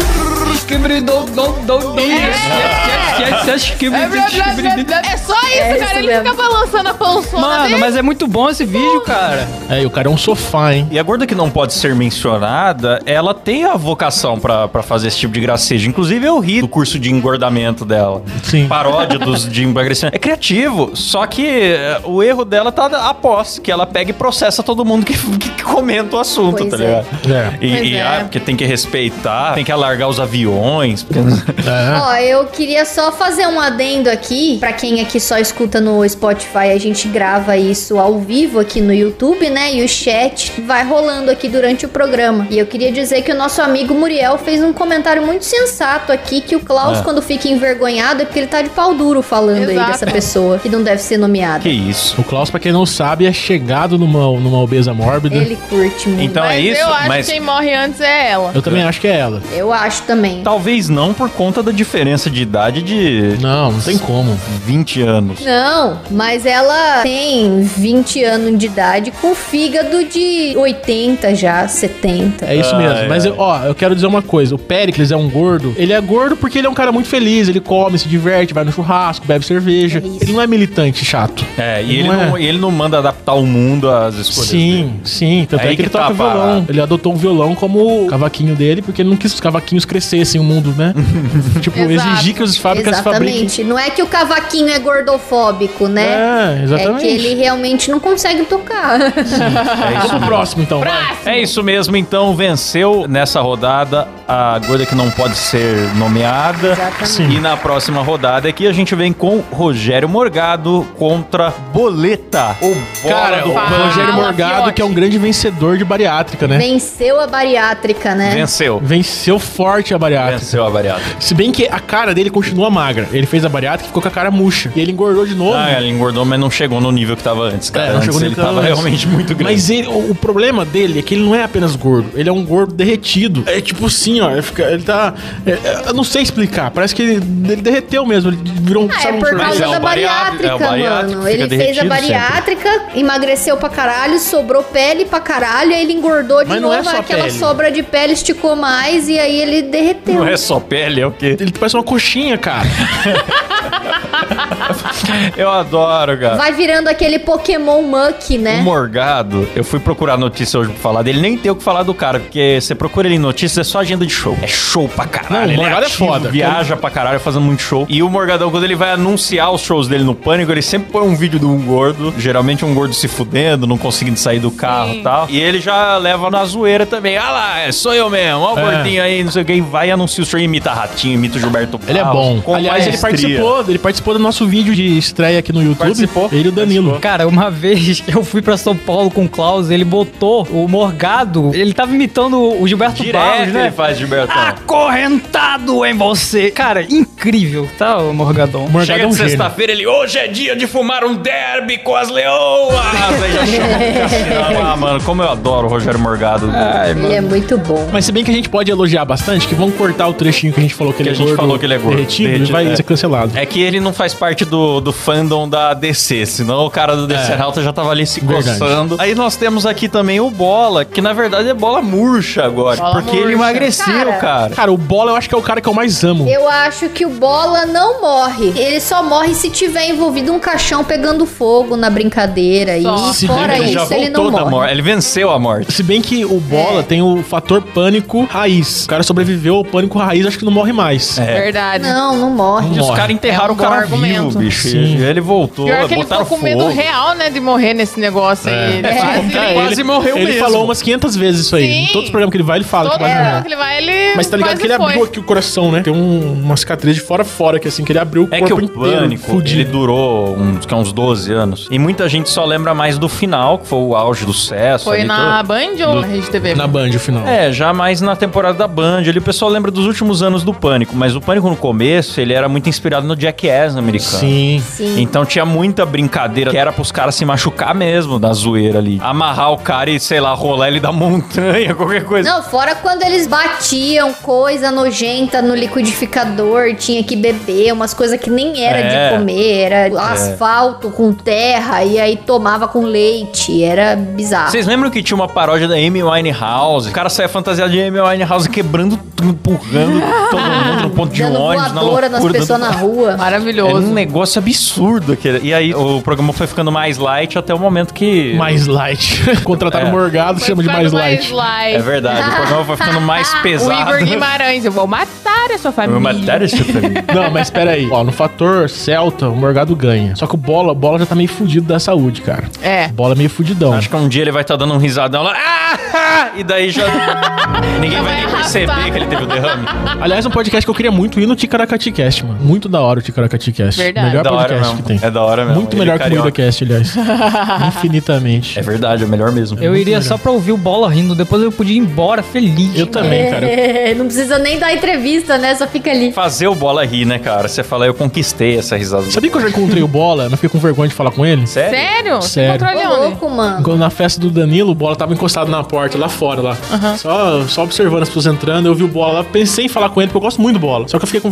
Speaker 3: É, blá, blá, blá, blá. É só isso,
Speaker 4: É
Speaker 3: cara.
Speaker 4: isso
Speaker 3: Ele
Speaker 4: mesmo.
Speaker 3: fica balançando a pançona
Speaker 5: Mano,
Speaker 3: dele.
Speaker 5: mas é muito bom esse vídeo, cara.
Speaker 2: É, e o cara é um sofá, hein?
Speaker 1: E a gorda que não pode ser mencionada, ela tem a vocação pra, pra fazer esse tipo de gracejo. Inclusive, eu ri do curso de engordamento dela.
Speaker 2: Sim.
Speaker 1: Paródia dos, de emagrecimento. É criativo, só que eh, o erro dela tá após, que ela pega e processa todo mundo que, que comenta o assunto,
Speaker 4: Pois
Speaker 1: tá
Speaker 4: é.
Speaker 1: ligado?
Speaker 2: É.
Speaker 1: E,
Speaker 3: Pois
Speaker 1: e,
Speaker 3: é.
Speaker 1: ah, porque tem que respeitar, tem que alargar os aviões. Porque...
Speaker 2: É.
Speaker 4: Ó, eu queria só fazer um adendo aqui, pra quem aqui só escuta no Spotify, a gente grava isso ao vivo aqui no YouTube, né? E o chat vai rolando aqui durante o programa. E eu queria dizer que o nosso amigo Muriel fez um comentário muito sensato aqui, que o Klaus,
Speaker 1: É.
Speaker 4: quando fica envergonhado, é porque ele tá de pau duro falando aí
Speaker 3: Exato.
Speaker 4: dessa pessoa, que não deve ser nomeada.
Speaker 1: que isso.
Speaker 2: O Klaus, pra quem não sabe, é chegado numa, numa obesa mórbida.
Speaker 4: Ele curte muito.
Speaker 1: Então
Speaker 3: Mas
Speaker 1: é isso,
Speaker 3: eu acho
Speaker 1: mas
Speaker 3: que quem morre antes é ela.
Speaker 2: Eu também acho que é ela.
Speaker 4: Eu acho também.
Speaker 1: talvez não por conta da diferença de idade e de
Speaker 2: Não, não tem como.
Speaker 1: vinte anos.
Speaker 4: Não, mas ela tem vinte anos de idade com fígado de oitenta já, setenta.
Speaker 2: É isso
Speaker 1: Ai,
Speaker 2: mesmo. Mas,
Speaker 1: ai.
Speaker 2: eu, ó, eu quero dizer uma coisa. O Péricles é um gordo. Ele é gordo porque ele é um cara muito feliz. Ele come, se diverte, vai no churrasco, bebe cerveja.
Speaker 4: É isso.
Speaker 2: Ele não é militante chato.
Speaker 1: É, e ele
Speaker 2: Não é.
Speaker 1: não, ele não manda adaptar o mundo às escolhas
Speaker 2: Sim,
Speaker 1: dele.
Speaker 2: sim. Tanto
Speaker 1: É
Speaker 2: é,
Speaker 1: aí
Speaker 2: que ele
Speaker 1: que tá
Speaker 2: toca
Speaker 1: a
Speaker 2: violão.
Speaker 1: parada.
Speaker 2: Ele adotou um violão como cavaquinho dele porque ele não quis que os cavaquinhos crescessem o mundo, né? Tipo,
Speaker 3: Exato.
Speaker 2: exigir que as fábricas fabriquem.
Speaker 4: Exatamente. Não é que o cavaquinho é gordofóbico, né?
Speaker 2: É, exatamente.
Speaker 4: É que ele realmente não consegue tocar.
Speaker 1: É isso
Speaker 2: Vamos pro próximo, então. vai.
Speaker 1: É isso mesmo, então venceu nessa rodada a gorda que não pode ser nomeada.
Speaker 4: Exatamente.
Speaker 2: Sim.
Speaker 1: E na próxima rodada aqui a gente vem com Rogério Morgado contra Boleta. O bola
Speaker 2: Cara,
Speaker 1: do
Speaker 2: o
Speaker 3: Fala,
Speaker 2: Rogério Morgado,
Speaker 3: fiote.
Speaker 2: que é um grande vencedor de bariátrica, né?
Speaker 4: Venceu a bariátrica, né?
Speaker 1: venceu.
Speaker 2: Venceu forte a bariátrica.
Speaker 1: Venceu a bariátrica.
Speaker 2: Se bem que a cara dele continua magra. Ele fez a bariátrica e ficou com a cara murcha. E ele engordou de novo.
Speaker 1: Ah, ele engordou, mas não chegou no nível que tava antes, cara.
Speaker 2: É, não
Speaker 1: antes
Speaker 2: chegou no
Speaker 1: ele
Speaker 2: nível que
Speaker 1: tava
Speaker 2: tava antes.
Speaker 1: realmente muito grande.
Speaker 2: Mas ele, o, o problema dele é que ele não é apenas gordo. Ele é um gordo derretido. É tipo assim, ó. Ele, fica- ele tá... é, é, eu não sei explicar. Parece que ele, ele derreteu mesmo. Ele virou um...
Speaker 4: Ah, é
Speaker 2: sabe, um
Speaker 4: por
Speaker 2: sorvete.
Speaker 1: Mas
Speaker 4: causa
Speaker 1: é o
Speaker 4: da
Speaker 1: bariátrico, é o
Speaker 4: bariátrica,
Speaker 1: bariátrico,
Speaker 4: mano.
Speaker 1: fica
Speaker 4: Ele fez a
Speaker 1: derretido
Speaker 4: bariátrica, emagreceu pra caralho, sobrou pele pra caralho, aí ele engordou de
Speaker 2: Mas não
Speaker 4: novo,
Speaker 2: é só
Speaker 4: aquela
Speaker 2: pele.
Speaker 4: sobra de pele esticou mais e aí ele derreteu.
Speaker 1: Não é só pele, é o quê?
Speaker 2: Ele parece uma coxinha, cara.
Speaker 1: Eu adoro, cara.
Speaker 4: Vai virando aquele Pokémon Muck, né?
Speaker 1: O Morgado, eu fui procurar notícia hoje pra falar dele, nem tem o que falar do cara, porque você procura ele em notícias, é só agenda de show. É show pra caralho.
Speaker 2: Não, o
Speaker 1: ele
Speaker 2: Morgado é
Speaker 1: ativo,
Speaker 2: foda.
Speaker 1: Viaja pra caralho, fazendo muito show. E o Morgadão, quando ele vai anunciar os shows dele no Pânico, ele sempre põe um vídeo de um gordo, geralmente um gordo se fudendo, não conseguindo sair do carro e tal. E ele já leva na zoeira também. Ah lá, é, sou eu mesmo, ó o
Speaker 2: É.
Speaker 1: gordinho aí, não sei o que, e vai e anuncia o show, imita Ratinho, imita o Gilberto
Speaker 2: Ele é
Speaker 1: Barros,
Speaker 2: bom.
Speaker 1: com
Speaker 2: Aliás, ele
Speaker 1: maestria.
Speaker 2: participou, ele participou do nosso vídeo de estreia aqui no YouTube.
Speaker 1: Participou.
Speaker 2: Ele e o Danilo.
Speaker 5: Cara, uma vez eu fui pra São Paulo com o Klaus, ele botou o Morgado, ele tava imitando o Gilberto Barros,
Speaker 1: Direto
Speaker 5: né?
Speaker 1: ele faz Gilbertão.
Speaker 5: Acorrentado em você. Cara, incrível, tá, o Morgadão?
Speaker 2: O Morgado
Speaker 1: Chega
Speaker 2: é um
Speaker 1: de
Speaker 2: gênio.
Speaker 1: sexta-feira, ele, hoje é dia de fumar um derby com as leoas. Aí já chama o Cassinão. Ah, mano, como eu adoro o Rogério Morgado.
Speaker 4: Ele é muito bom.
Speaker 2: Mas se bem que a gente pode elogiar bastante, que vão cortar o trechinho que a gente falou que,
Speaker 1: Que
Speaker 2: ele
Speaker 1: a
Speaker 2: é
Speaker 1: gente
Speaker 2: gordo,
Speaker 1: falou que ele é gordo.
Speaker 2: derretido,
Speaker 1: Derretido,
Speaker 2: e vai
Speaker 1: é.
Speaker 2: ser cancelado.
Speaker 1: É que ele não faz parte do, do fandom da D C, senão o cara do D C
Speaker 2: É.
Speaker 1: Alta já tava ali se
Speaker 2: Verdade.
Speaker 1: coçando. Aí nós temos aqui também o Bola, que na verdade é bola murcha agora,
Speaker 3: Bola
Speaker 1: porque ele
Speaker 3: murcha.
Speaker 1: emagreceu,
Speaker 4: Cara.
Speaker 1: cara.
Speaker 2: Cara, o Bola eu acho que é o cara que eu mais amo.
Speaker 4: Eu acho que o Bola não morre. Ele só morre se tiver envolvido um caixão pegando fogo na brincadeira.
Speaker 3: Só.
Speaker 4: E
Speaker 2: Se
Speaker 4: fora
Speaker 2: bem que
Speaker 1: ele já
Speaker 4: isso, ele não
Speaker 1: voltou da
Speaker 4: morre.
Speaker 1: morte. Ele venceu a morte.
Speaker 2: Se bem que o Bola
Speaker 4: É.
Speaker 2: tem o fator pânico raiz. O cara sobreviveu ao pânico raiz, acho que não morre mais.
Speaker 1: É.
Speaker 3: Verdade.
Speaker 4: Não, não morre.
Speaker 1: E os
Speaker 2: morre.
Speaker 1: caras enterraram
Speaker 3: É um
Speaker 1: o cara
Speaker 3: bom
Speaker 1: vivo,
Speaker 3: argumento.
Speaker 1: bicho.
Speaker 2: Sim.
Speaker 1: E ele voltou,
Speaker 3: Pior que ele
Speaker 1: botaram
Speaker 3: ficou com
Speaker 1: fogo.
Speaker 3: medo real, né, de morrer nesse negócio aí. Ele
Speaker 1: É,
Speaker 3: quase...
Speaker 1: ele quase morreu
Speaker 2: Ele
Speaker 1: mesmo.
Speaker 2: falou umas quinhentas vezes isso aí.
Speaker 3: Sim.
Speaker 2: Em todos os programas que ele vai, ele fala
Speaker 3: Todo
Speaker 2: que quase
Speaker 3: mundo
Speaker 2: morreu.
Speaker 3: que ele vai, ele
Speaker 2: Mas tá ligado
Speaker 3: quase
Speaker 2: que ele
Speaker 3: foi.
Speaker 2: abriu aqui o coração, né? Tem um, uma cicatriz de fora a fora, que assim, que ele abriu o
Speaker 1: É que
Speaker 2: corpo
Speaker 1: o
Speaker 2: inteiro.
Speaker 1: Pânico,
Speaker 2: fudido.
Speaker 1: ele durou uns, que é uns doze anos. E muita gente só lembra mais do final, que foi o auge do sucesso.
Speaker 3: Foi
Speaker 1: ali,
Speaker 3: na
Speaker 1: todo-
Speaker 3: Band ou na Rede T V?
Speaker 2: Na Band, o final.
Speaker 1: É, já mais na temporada da Band. Ali o pessoal lembra dos últimos anos do Pânico. Mas o Pânico no começo, ele era muito inspirado no Jackass americano.
Speaker 2: Sim.
Speaker 4: Sim.
Speaker 1: Então tinha muita brincadeira que era pros caras se machucar mesmo da zoeira ali. Amarrar o cara e, sei lá, rolar ele da montanha, qualquer coisa.
Speaker 4: Não, fora quando eles batiam coisa nojenta no liquidificador, tinha que beber, umas coisas que nem era
Speaker 1: É.
Speaker 4: de comer, era asfalto com terra e aí tomava com leite, era bizarro.
Speaker 1: Vocês lembram que tinha uma paródia da Amy Winehouse? O cara saia fantasiado de Amy Winehouse quebrando tudo, empurrando todo mundo no ponto de
Speaker 4: Dando
Speaker 1: ônibus, na
Speaker 4: voadora nas
Speaker 1: loucura.
Speaker 4: pessoas na
Speaker 1: dando-
Speaker 4: rua.
Speaker 1: Era
Speaker 3: Maravilhoso.
Speaker 1: um negócio absurdo. aquele- E aí o programa foi ficando mais light até o momento que...
Speaker 2: Mais light. Contrataram
Speaker 1: É.
Speaker 2: o Morgado,
Speaker 3: Foi
Speaker 2: chama de
Speaker 3: ficando
Speaker 2: mais light.
Speaker 3: light.
Speaker 1: É verdade, o programa foi ficando mais
Speaker 3: O
Speaker 1: pesado.
Speaker 3: Igor Guimarães, eu vou matar a sua
Speaker 1: Eu
Speaker 3: família.
Speaker 1: vou matar essa família.
Speaker 2: Não, mas espera aí. Ó, no fator Celta, o Morgado ganha. Só que o Bola, o Bola já tá meio fudido da saúde, cara.
Speaker 3: É.
Speaker 2: O Bola é meio fudidão.
Speaker 1: Acho que um dia ele vai estar dando um risadão lá. Ah, ah, e daí já... Ninguém vai nem
Speaker 3: vai
Speaker 1: perceber
Speaker 3: arrastar.
Speaker 1: que ele teve o derrame.
Speaker 2: Aliás, um podcast que eu queria muito ir no Ticaracati Cast, mano. Muito da hora o Ticaracati Cast.
Speaker 3: Verdade.
Speaker 2: Melhor
Speaker 1: Da hora
Speaker 2: podcast
Speaker 1: mesmo.
Speaker 2: que tem.
Speaker 1: É da hora mesmo.
Speaker 2: Muito
Speaker 1: Ele
Speaker 2: melhor que o
Speaker 1: carioca.
Speaker 2: Moída Cast, aliás. Infinitamente.
Speaker 1: É verdade, é melhor mesmo.
Speaker 5: Eu iria só pra ouvir o Bola rindo, depois eu podia ir embora feliz.
Speaker 2: Eu também, cara. Eu-
Speaker 4: Não precisa nem dar entrevista, né? Só fica ali.
Speaker 1: Fazer o Bola rir, né, cara? Você fala, eu conquistei essa risada.
Speaker 2: Sabia que eu já encontrei o Bola? Não fiquei com vergonha de falar com ele?
Speaker 1: Sério?
Speaker 3: Sério?
Speaker 2: Sério.
Speaker 3: Encontrou ele
Speaker 4: Ô,
Speaker 3: onde?
Speaker 4: louco, mano.
Speaker 2: Quando na festa do Danilo, o Bola tava encostado na porta, lá fora, lá. Só, só observando as pessoas entrando, eu vi o Bola lá, pensei em falar com ele, porque eu gosto muito do Bola. Só que eu fiquei com vergonha, porque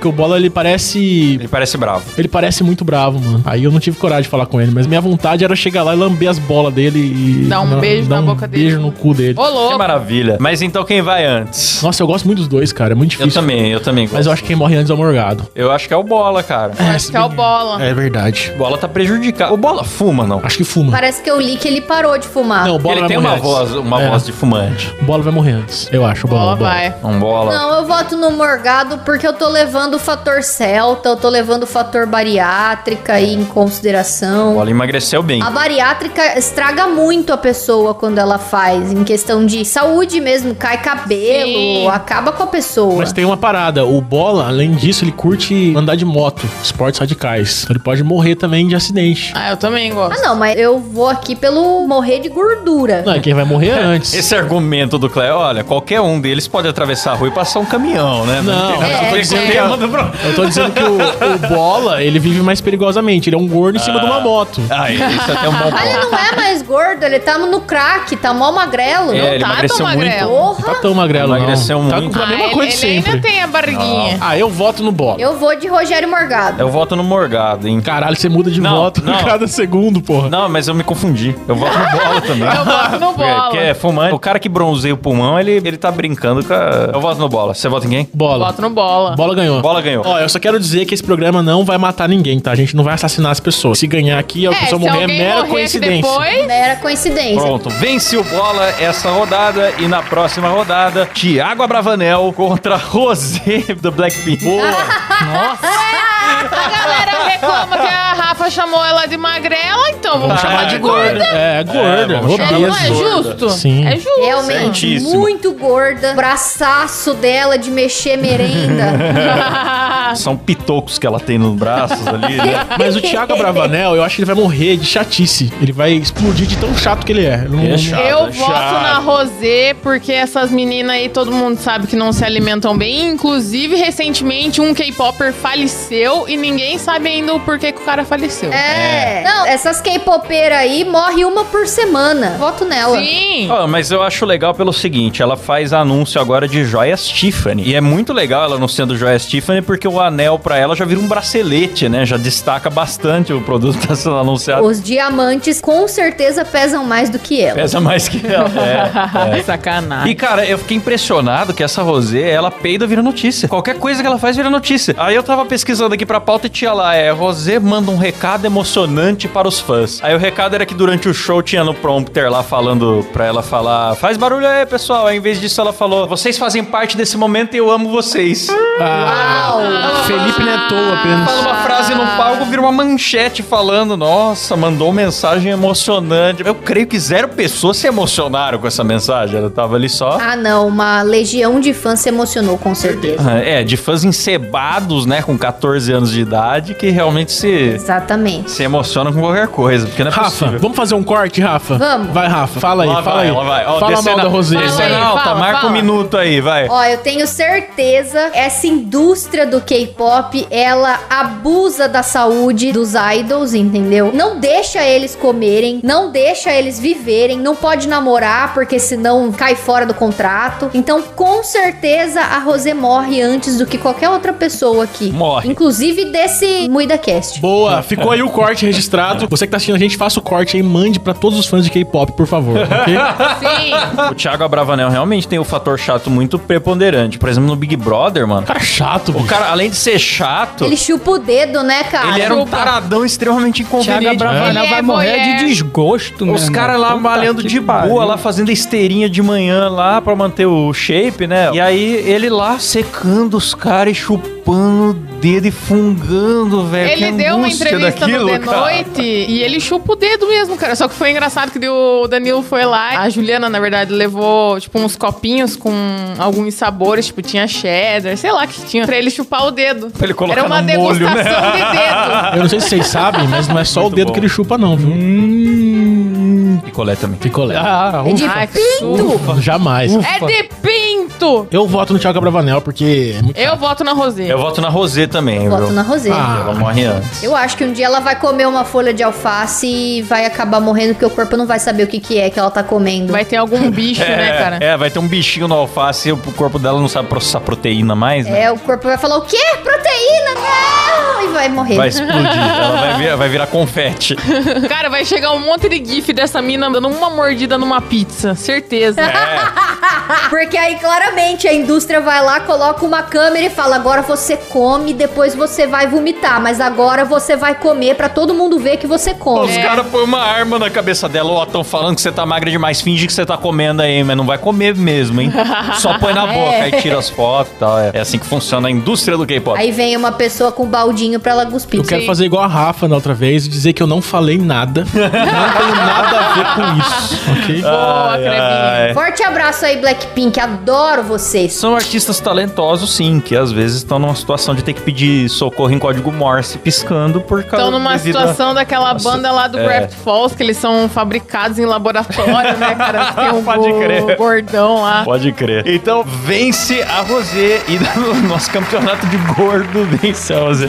Speaker 2: porque o Bola, ele parece...
Speaker 1: Ele parece bravo.
Speaker 2: Ele parece muito bravo, mano. Aí eu não tive coragem de falar com ele, mas minha vontade era chegar lá e lamber as bolas dele e...
Speaker 3: Dar um
Speaker 2: na-
Speaker 3: beijo
Speaker 2: dar
Speaker 3: na
Speaker 2: um
Speaker 3: boca dele.
Speaker 2: beijo no cu dele.
Speaker 3: Ô,
Speaker 1: Que
Speaker 3: louco.
Speaker 1: maravilha. Mas então quem vai antes?
Speaker 2: Nossa, eu gosto muito dos dois, cara. É muito
Speaker 1: Eu
Speaker 2: difícil.
Speaker 1: também, eu também gosto.
Speaker 2: Mas eu acho que quem morre antes é o Morgado.
Speaker 1: Eu acho que é o Bola, cara.
Speaker 3: Acho que é o Bola.
Speaker 2: É verdade.
Speaker 1: O Bola tá prejudicado. O Bola fuma, não?
Speaker 2: Acho que fuma.
Speaker 4: Parece que eu li que ele parou de fumar.
Speaker 2: Não, o Bola
Speaker 1: Ele
Speaker 2: vai
Speaker 1: tem
Speaker 2: morrer
Speaker 1: uma
Speaker 2: antes.
Speaker 1: voz, uma
Speaker 2: É.
Speaker 1: voz de fumante.
Speaker 2: O Bola vai morrer antes. Eu acho. O Bola,
Speaker 3: Bola
Speaker 2: o Bola.
Speaker 3: vai.
Speaker 1: Um Bola.
Speaker 4: Não, eu voto no Morgado porque eu tô levando o fator Celta, eu tô levando o fator bariátrica aí em consideração.
Speaker 1: Bola emagreceu bem.
Speaker 4: A bariátrica estraga muito a pessoa quando ela faz, em questão de saúde mesmo, cai cabelo,
Speaker 3: Sim.
Speaker 4: acaba com a pessoa.
Speaker 2: Mas tem uma parada. O Bola, além disso, ele curte andar de moto. Esportes radicais. Ele pode morrer também de acidente.
Speaker 3: Ah, eu também gosto.
Speaker 4: Ah, não, mas eu vou aqui pelo morrer de gordura.
Speaker 2: Não, quem vai morrer é antes.
Speaker 1: Esse argumento do Cleo, olha, qualquer um deles pode atravessar a rua e passar um caminhão, né?
Speaker 2: Não,
Speaker 1: tem nada
Speaker 2: eu
Speaker 1: a
Speaker 2: tô
Speaker 1: ver
Speaker 2: dizendo
Speaker 1: com o
Speaker 2: que-
Speaker 1: tema do pro-
Speaker 2: Eu tô dizendo que o, o Bola, ele vive mais perigosamente. Ele é um gordo em cima de uma moto.
Speaker 1: Ah, isso até é um bom
Speaker 4: Mas ele
Speaker 1: ponto.
Speaker 4: não é mais gordo, ele tá no crack, tá mó magrelo.
Speaker 1: É, ele
Speaker 3: tá
Speaker 1: emagreceu
Speaker 3: tão
Speaker 1: muito.
Speaker 3: magrelo.
Speaker 2: Não tá
Speaker 4: Porra!
Speaker 2: tão magrelo, não.
Speaker 1: Emagreceu
Speaker 2: Tá
Speaker 1: muito.
Speaker 2: com a
Speaker 3: Ah,
Speaker 2: mesma
Speaker 3: ele,
Speaker 2: coisa de
Speaker 3: ele
Speaker 2: sempre.
Speaker 3: ainda tem a barriguinha.
Speaker 2: Ah, eu voto no Bola.
Speaker 4: Eu vou de Rogério Morgado.
Speaker 1: Eu voto no Morgado, hein?
Speaker 2: Caralho, você muda de
Speaker 1: Não,
Speaker 2: voto
Speaker 1: não.
Speaker 2: cada segundo, porra.
Speaker 1: Não, mas eu me confundi. Eu voto no Bola também.
Speaker 3: Eu voto no Bola.
Speaker 1: Porque é fumante. O cara que bronzeia o pulmão, ele, ele tá brincando com a... Eu voto no Bola. Você vota em quem?
Speaker 2: Bola.
Speaker 3: Voto no Bola.
Speaker 2: Bola ganhou.
Speaker 1: Bola ganhou.
Speaker 2: Ó, eu só quero dizer que esse programa não vai matar ninguém, tá? A gente não vai assassinar as pessoas. Se ganhar aqui, a
Speaker 3: É,
Speaker 2: pessoa
Speaker 3: se
Speaker 2: morrer é
Speaker 3: alguém
Speaker 2: mera
Speaker 3: morrer aqui
Speaker 2: coincidência.
Speaker 3: depois...
Speaker 4: Mera coincidência.
Speaker 1: Pronto, vence o Bola essa rodada e na próxima rodada, Thiago Abravanel contra Rosé do Blackpink. Boa.
Speaker 3: A galera reclama que a Rafa chamou ela de magrela, então vamos
Speaker 1: Tá,
Speaker 3: chamar de
Speaker 1: é
Speaker 3: gorda.
Speaker 2: É, gorda,
Speaker 1: vamos chamar
Speaker 3: É, não é
Speaker 2: obesa.
Speaker 3: justo?
Speaker 2: Sim.
Speaker 3: É justo.
Speaker 4: Realmente,
Speaker 1: Certíssimo.
Speaker 4: muito gorda. Braçaço dela de mexer merenda.
Speaker 1: São pitocos que ela tem nos braços ali, né?
Speaker 2: Mas o Thiago Abravanel, eu acho que ele vai morrer de chatice. Ele vai explodir de tão chato que ele é. Ele não-
Speaker 1: É chato.
Speaker 3: Eu
Speaker 1: é
Speaker 3: voto
Speaker 1: chato.
Speaker 3: na Rosé, porque essas meninas aí, todo mundo sabe que não se alimentam bem. Inclusive, recentemente, um K-Popper faleceu e ninguém sabe ainda o porquê que o cara faleceu.
Speaker 4: É. Não, essas K-popeiras aí morre uma por semana. Voto nela.
Speaker 3: Sim.
Speaker 1: Ó, mas eu acho legal pelo seguinte, ela faz anúncio agora de joias Tiffany. E é muito legal ela anunciando joias Tiffany, porque o anel pra ela já vira um bracelete, né? Já destaca bastante o produto que tá sendo anunciado.
Speaker 4: Os diamantes com certeza pesam mais do que ela.
Speaker 1: Pesa mais que ela. É, é.
Speaker 3: Sacanagem.
Speaker 1: E, cara, eu fiquei impressionado que essa Rosé, ela peida vira notícia. Qualquer coisa que ela faz vira notícia. Aí eu tava pesquisando aqui pra pauta e tinha lá, é, Rosé manda um recado emocionante para os fãs. Aí o recado era que durante o show tinha no prompter lá falando pra ela falar, faz barulho aí, pessoal. Aí, em vez disso ela falou, vocês fazem parte desse momento e eu amo vocês.
Speaker 2: Ah, Felipe Netou apenas.
Speaker 1: Fala uma frase no palco, vira uma manchete falando, nossa, mandou mensagem emocionante. Eu creio que zero pessoas se emocionaram com essa mensagem. Ela tava ali só...
Speaker 4: Ah, não. Uma legião de fãs se emocionou, com certeza.
Speaker 1: É, de fãs encebados, né, com catorze anos de idade, que realmente se,
Speaker 4: Exatamente.
Speaker 1: se emocionam com qualquer coisa, porque não é
Speaker 2: Rafa,
Speaker 1: possível.
Speaker 2: vamos fazer um corte, Rafa?
Speaker 4: Vamos.
Speaker 2: Vai, Rafa. Fala aí,
Speaker 1: Lá
Speaker 2: fala
Speaker 1: vai,
Speaker 2: aí.
Speaker 1: lá vai. Ó,
Speaker 2: Fala mal
Speaker 1: descendo-
Speaker 2: da Rosé.
Speaker 1: descendo
Speaker 3: Fala aí,
Speaker 1: alta,
Speaker 3: fala,
Speaker 1: marca
Speaker 3: fala.
Speaker 1: um minuto aí, vai.
Speaker 4: Ó, eu tenho certeza, essa indústria do K-pop, ela abusa da saúde dos idols, entendeu? Não deixa eles comerem, não deixa eles viverem, não pode namorar, porque senão cai fora do contrato. Então, com certeza, a Rosé morre antes do que qualquer outra pessoa aqui.
Speaker 1: Morre.
Speaker 4: Inclusive desse MuidaCast.
Speaker 2: Boa, ficou aí o corte registrado. Você que tá assistindo a gente, faça o corte aí, mande pra todos os fãs de K-pop, por favor, ok?
Speaker 3: Sim.
Speaker 1: O Thiago Abravanel realmente tem o fator chato muito preponderante. Por exemplo, no Big Brother, mano.
Speaker 2: Cara chato,
Speaker 1: O
Speaker 2: bicho.
Speaker 1: cara, além de ser chato,
Speaker 4: Ele chupa o dedo, né, cara?
Speaker 1: ele era um
Speaker 3: chupa.
Speaker 1: taradão extremamente
Speaker 5: Thiago
Speaker 1: inconveniente.
Speaker 5: Abravanel
Speaker 3: Ele
Speaker 5: vai
Speaker 3: é
Speaker 5: morrer
Speaker 3: voyeur.
Speaker 5: de desgosto, meu
Speaker 1: Os
Speaker 5: irmão.
Speaker 1: caras lá
Speaker 5: Puta
Speaker 1: malhando
Speaker 5: que
Speaker 1: de
Speaker 5: pariu.
Speaker 1: boa, lá fazendo esteirinha de manhã lá pra manter o shape, né? E aí ele lá secando os caras e chupando o dedo e fungando, velho.
Speaker 3: Ele
Speaker 1: Que
Speaker 3: deu uma
Speaker 1: angústia
Speaker 3: entrevista
Speaker 1: daquilo,
Speaker 3: no The
Speaker 1: cara.
Speaker 3: Noite e ele chupa o dedo mesmo, cara. Só que foi engraçado que o Danilo foi lá. A Juliana, na verdade, levou, tipo, uns copinhos com alguns sabores. Tipo, tinha cheddar, sei lá o que tinha. Pra ele chupar o dedo.
Speaker 1: Pra ele colocar
Speaker 3: Era uma
Speaker 1: no molho,
Speaker 3: degustação
Speaker 1: né?
Speaker 3: de dedo.
Speaker 2: Eu não sei se vocês sabem, mas não é só o
Speaker 1: Muito
Speaker 2: dedo
Speaker 1: bom.
Speaker 2: que ele chupa, não, viu?
Speaker 1: Hum, picolé também.
Speaker 2: Picolé.
Speaker 5: Ah,
Speaker 4: É de
Speaker 3: Ai, que
Speaker 4: pinto.
Speaker 2: Jamais.
Speaker 3: É de pinto! Muito!
Speaker 2: Eu voto no Thiago Abravanel, porque é muito
Speaker 3: Eu
Speaker 2: chato.
Speaker 3: voto na Rosê.
Speaker 1: Eu voto na Rosê também,
Speaker 4: Voto
Speaker 1: viu?
Speaker 4: na Rosê.
Speaker 2: Ah.
Speaker 1: Ela morre antes.
Speaker 4: Eu acho que um dia ela vai comer uma folha de alface e vai acabar morrendo, porque o corpo não vai saber o que, que é que ela tá comendo.
Speaker 3: Vai ter algum bicho, né, cara?
Speaker 1: É, vai ter um bichinho no alface e o corpo dela não sabe processar proteína mais, né?
Speaker 4: É, o corpo vai falar, o quê? Proteína? Não! E vai morrer.
Speaker 1: Vai explodir. Ela vai, vir, vai virar confete.
Speaker 3: Cara, vai chegar um monte de gif dessa mina dando uma mordida numa pizza. Certeza.
Speaker 4: Porque aí, claramente, a indústria vai lá, coloca uma câmera e fala, agora você come, depois você vai vomitar, mas agora você vai comer pra todo mundo ver que você come.
Speaker 1: Os
Speaker 3: É.
Speaker 1: caras põem uma arma na cabeça dela. Ó, tão falando que você tá magra demais. Finge que você tá comendo aí, mas não vai comer mesmo, hein? Só põe na boca, aí tira as fotos e tal. É, é assim que funciona a indústria do K-pop.
Speaker 4: Aí vem uma pessoa com um baldinho pra ela cuspir.
Speaker 2: Eu quero
Speaker 3: Sim.
Speaker 2: fazer igual a Rafa na outra vez e dizer que eu não falei nada. Não tenho nada a ver com isso, ok?
Speaker 3: Boa,
Speaker 1: Ai,
Speaker 3: Crevinho.
Speaker 1: ai.
Speaker 4: Forte abraço aí, Blackpink. Adoro vocês.
Speaker 1: São artistas talentosos, sim, que às vezes estão numa situação de ter que pedir socorro em código Morse piscando por causa
Speaker 3: Estão numa
Speaker 1: devido a-
Speaker 3: situação daquela
Speaker 1: Nossa,
Speaker 3: banda lá do
Speaker 1: é.
Speaker 3: Gravity Falls, que eles são fabricados em laboratório, né, cara? Tem um
Speaker 1: Pode
Speaker 3: go-
Speaker 1: crer.
Speaker 3: gordão lá.
Speaker 1: Pode crer. Então, vence a Rosê e no nosso campeonato de gordo vence a Rosê.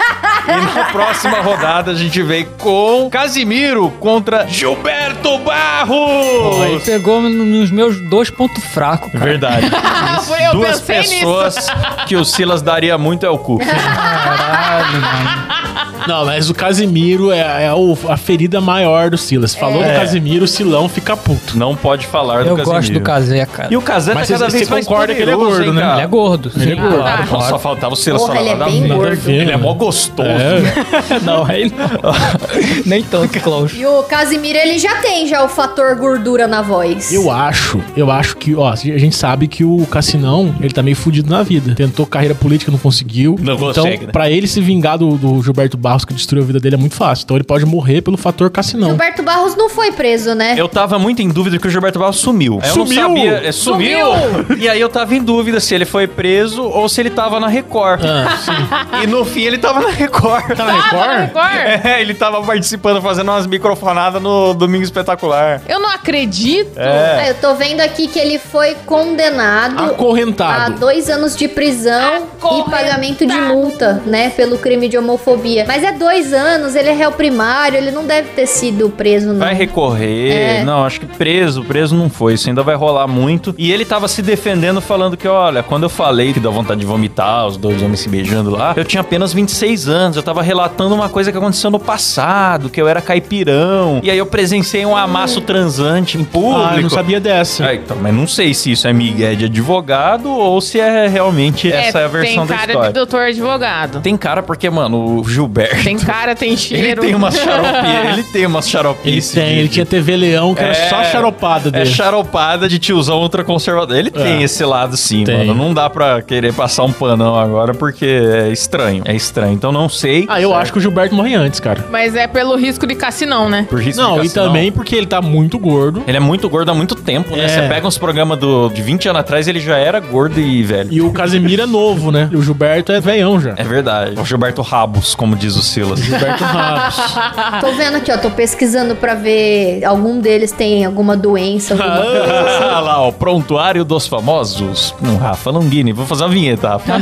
Speaker 1: E na próxima rodada a gente vem com Casimiro contra Gilberto
Speaker 5: Aí
Speaker 1: Barros.
Speaker 5: pegou nos meus dois pontos fracos, cara.
Speaker 1: Verdade.
Speaker 3: Foi, eu
Speaker 1: Duas
Speaker 3: pensei
Speaker 1: pessoas
Speaker 3: nisso.
Speaker 1: que o Silas daria muito é o cu.
Speaker 5: Caralho, mano.
Speaker 2: Não, mas o Casimiro é, é o- a ferida maior do Silas. Falou
Speaker 1: É.
Speaker 2: do Casimiro, o Silão fica puto.
Speaker 1: Não pode falar
Speaker 5: Eu
Speaker 1: do Casimiro.
Speaker 5: gosto do Casé, cara.
Speaker 1: E o Casé tá
Speaker 2: Mas
Speaker 1: cada
Speaker 2: você-
Speaker 1: vez
Speaker 2: você
Speaker 1: mais
Speaker 2: concorda que ele é
Speaker 1: poderoso,
Speaker 2: gordo,
Speaker 1: hein,
Speaker 2: né?
Speaker 1: cara?
Speaker 5: Ele é gordo.
Speaker 2: Ele é
Speaker 5: sim.
Speaker 2: gordo.
Speaker 3: tá.
Speaker 1: Pô, só faltava o Silas
Speaker 4: Porra,
Speaker 1: falar
Speaker 4: ele é
Speaker 1: nada
Speaker 4: bem
Speaker 1: nada a
Speaker 4: gordo.
Speaker 1: ver. Ele é mó gostoso.
Speaker 2: É.
Speaker 5: Não, aí não. Nem tanto, Klaus.
Speaker 4: E o Casimiro, ele já tem já o fator gordura na voz.
Speaker 2: Eu acho, eu acho que, ó, a gente sabe que o Cassinão, ele tá meio fudido na vida. Tentou carreira política, não conseguiu.
Speaker 1: Não
Speaker 2: então,
Speaker 1: consegue, né?
Speaker 2: pra ele se vingar do, do Gilberto Barros, que destruiu a vida dele, é muito fácil. Então ele pode morrer pelo fator Cassinão.
Speaker 4: Gilberto Barros não foi preso, né?
Speaker 1: Eu tava muito em dúvida que o Gilberto Barros sumiu. Eu não
Speaker 2: Sumiu?
Speaker 1: sabia. É, sumiu! E aí eu tava em dúvida se ele foi preso ou se ele tava na Record.
Speaker 2: Ah, sim.
Speaker 1: E no fim ele tava na Record.
Speaker 2: Tá na
Speaker 3: Ah, tá na
Speaker 2: Record?
Speaker 3: Record?
Speaker 1: É, ele tava participando, fazendo umas microfonadas no Domingo Espetacular.
Speaker 3: Eu não acredito.
Speaker 1: É.
Speaker 4: Ah, eu tô vendo aqui que ele foi condenado a
Speaker 2: Acorrentado.
Speaker 4: dois anos de prisão e pagamento de multa, né? Pelo crime de homofobia. Mas é dois anos, ele é réu primário, ele não deve ter sido preso, não.
Speaker 1: Vai recorrer.
Speaker 4: É.
Speaker 1: Não, acho que preso, preso não foi. Isso ainda vai rolar muito. E ele tava se defendendo, falando que, olha, quando eu falei que dá vontade de vomitar, os dois homens se beijando lá, eu tinha apenas vinte e seis anos. Eu tava relatando uma coisa que aconteceu no passado, que eu era caipirão. E aí eu presenciei um amasso transante em público.
Speaker 2: Ah, eu não sabia dessa.
Speaker 1: Ah, então, mas não sei se isso é migué de advogado ou se é realmente essa é a versão da
Speaker 3: tem cara
Speaker 1: história.
Speaker 3: de doutor advogado.
Speaker 1: Tem cara porque, mano, o Gilberto...
Speaker 3: Tem cara, tem
Speaker 1: Ele
Speaker 3: cheiro.
Speaker 1: tem umas xaropias, ele tem umas
Speaker 2: Ele
Speaker 1: xaropias.
Speaker 2: tem,
Speaker 1: de-
Speaker 2: ele tinha T V Leão, que era
Speaker 1: É,
Speaker 2: só charopada
Speaker 1: É
Speaker 2: dele.
Speaker 1: charopada de tiozão ultraconservador. Ele tem esse lado sim,
Speaker 2: Tem.
Speaker 1: mano. Não dá pra querer passar um panão agora porque é estranho. É estranho. Então não sei.
Speaker 2: Ah, eu acho que o Gilberto morre antes, cara.
Speaker 3: Mas é pelo risco de cassinão, né?
Speaker 1: Por risco
Speaker 2: Não,
Speaker 1: de
Speaker 2: e
Speaker 1: cassinão.
Speaker 2: também porque ele tá muito gordo.
Speaker 1: Ele é muito gordo há muito tempo, né?
Speaker 2: É.
Speaker 1: Você pega uns programas do, de vinte anos atrás, ele já era gordo e velho.
Speaker 2: E o Casemiro é novo, né? E o Gilberto é veião já.
Speaker 1: É verdade. O Gilberto Rabos, como diz o Silas.
Speaker 2: Gilberto Ramos.
Speaker 4: Tô vendo aqui, ó, tô pesquisando pra ver algum deles tem alguma doença, alguma coisa.
Speaker 1: Ah, lá, ó, prontuário dos famosos. Hum, Rafa Longini. Vou fazer uma vinheta, Rafa.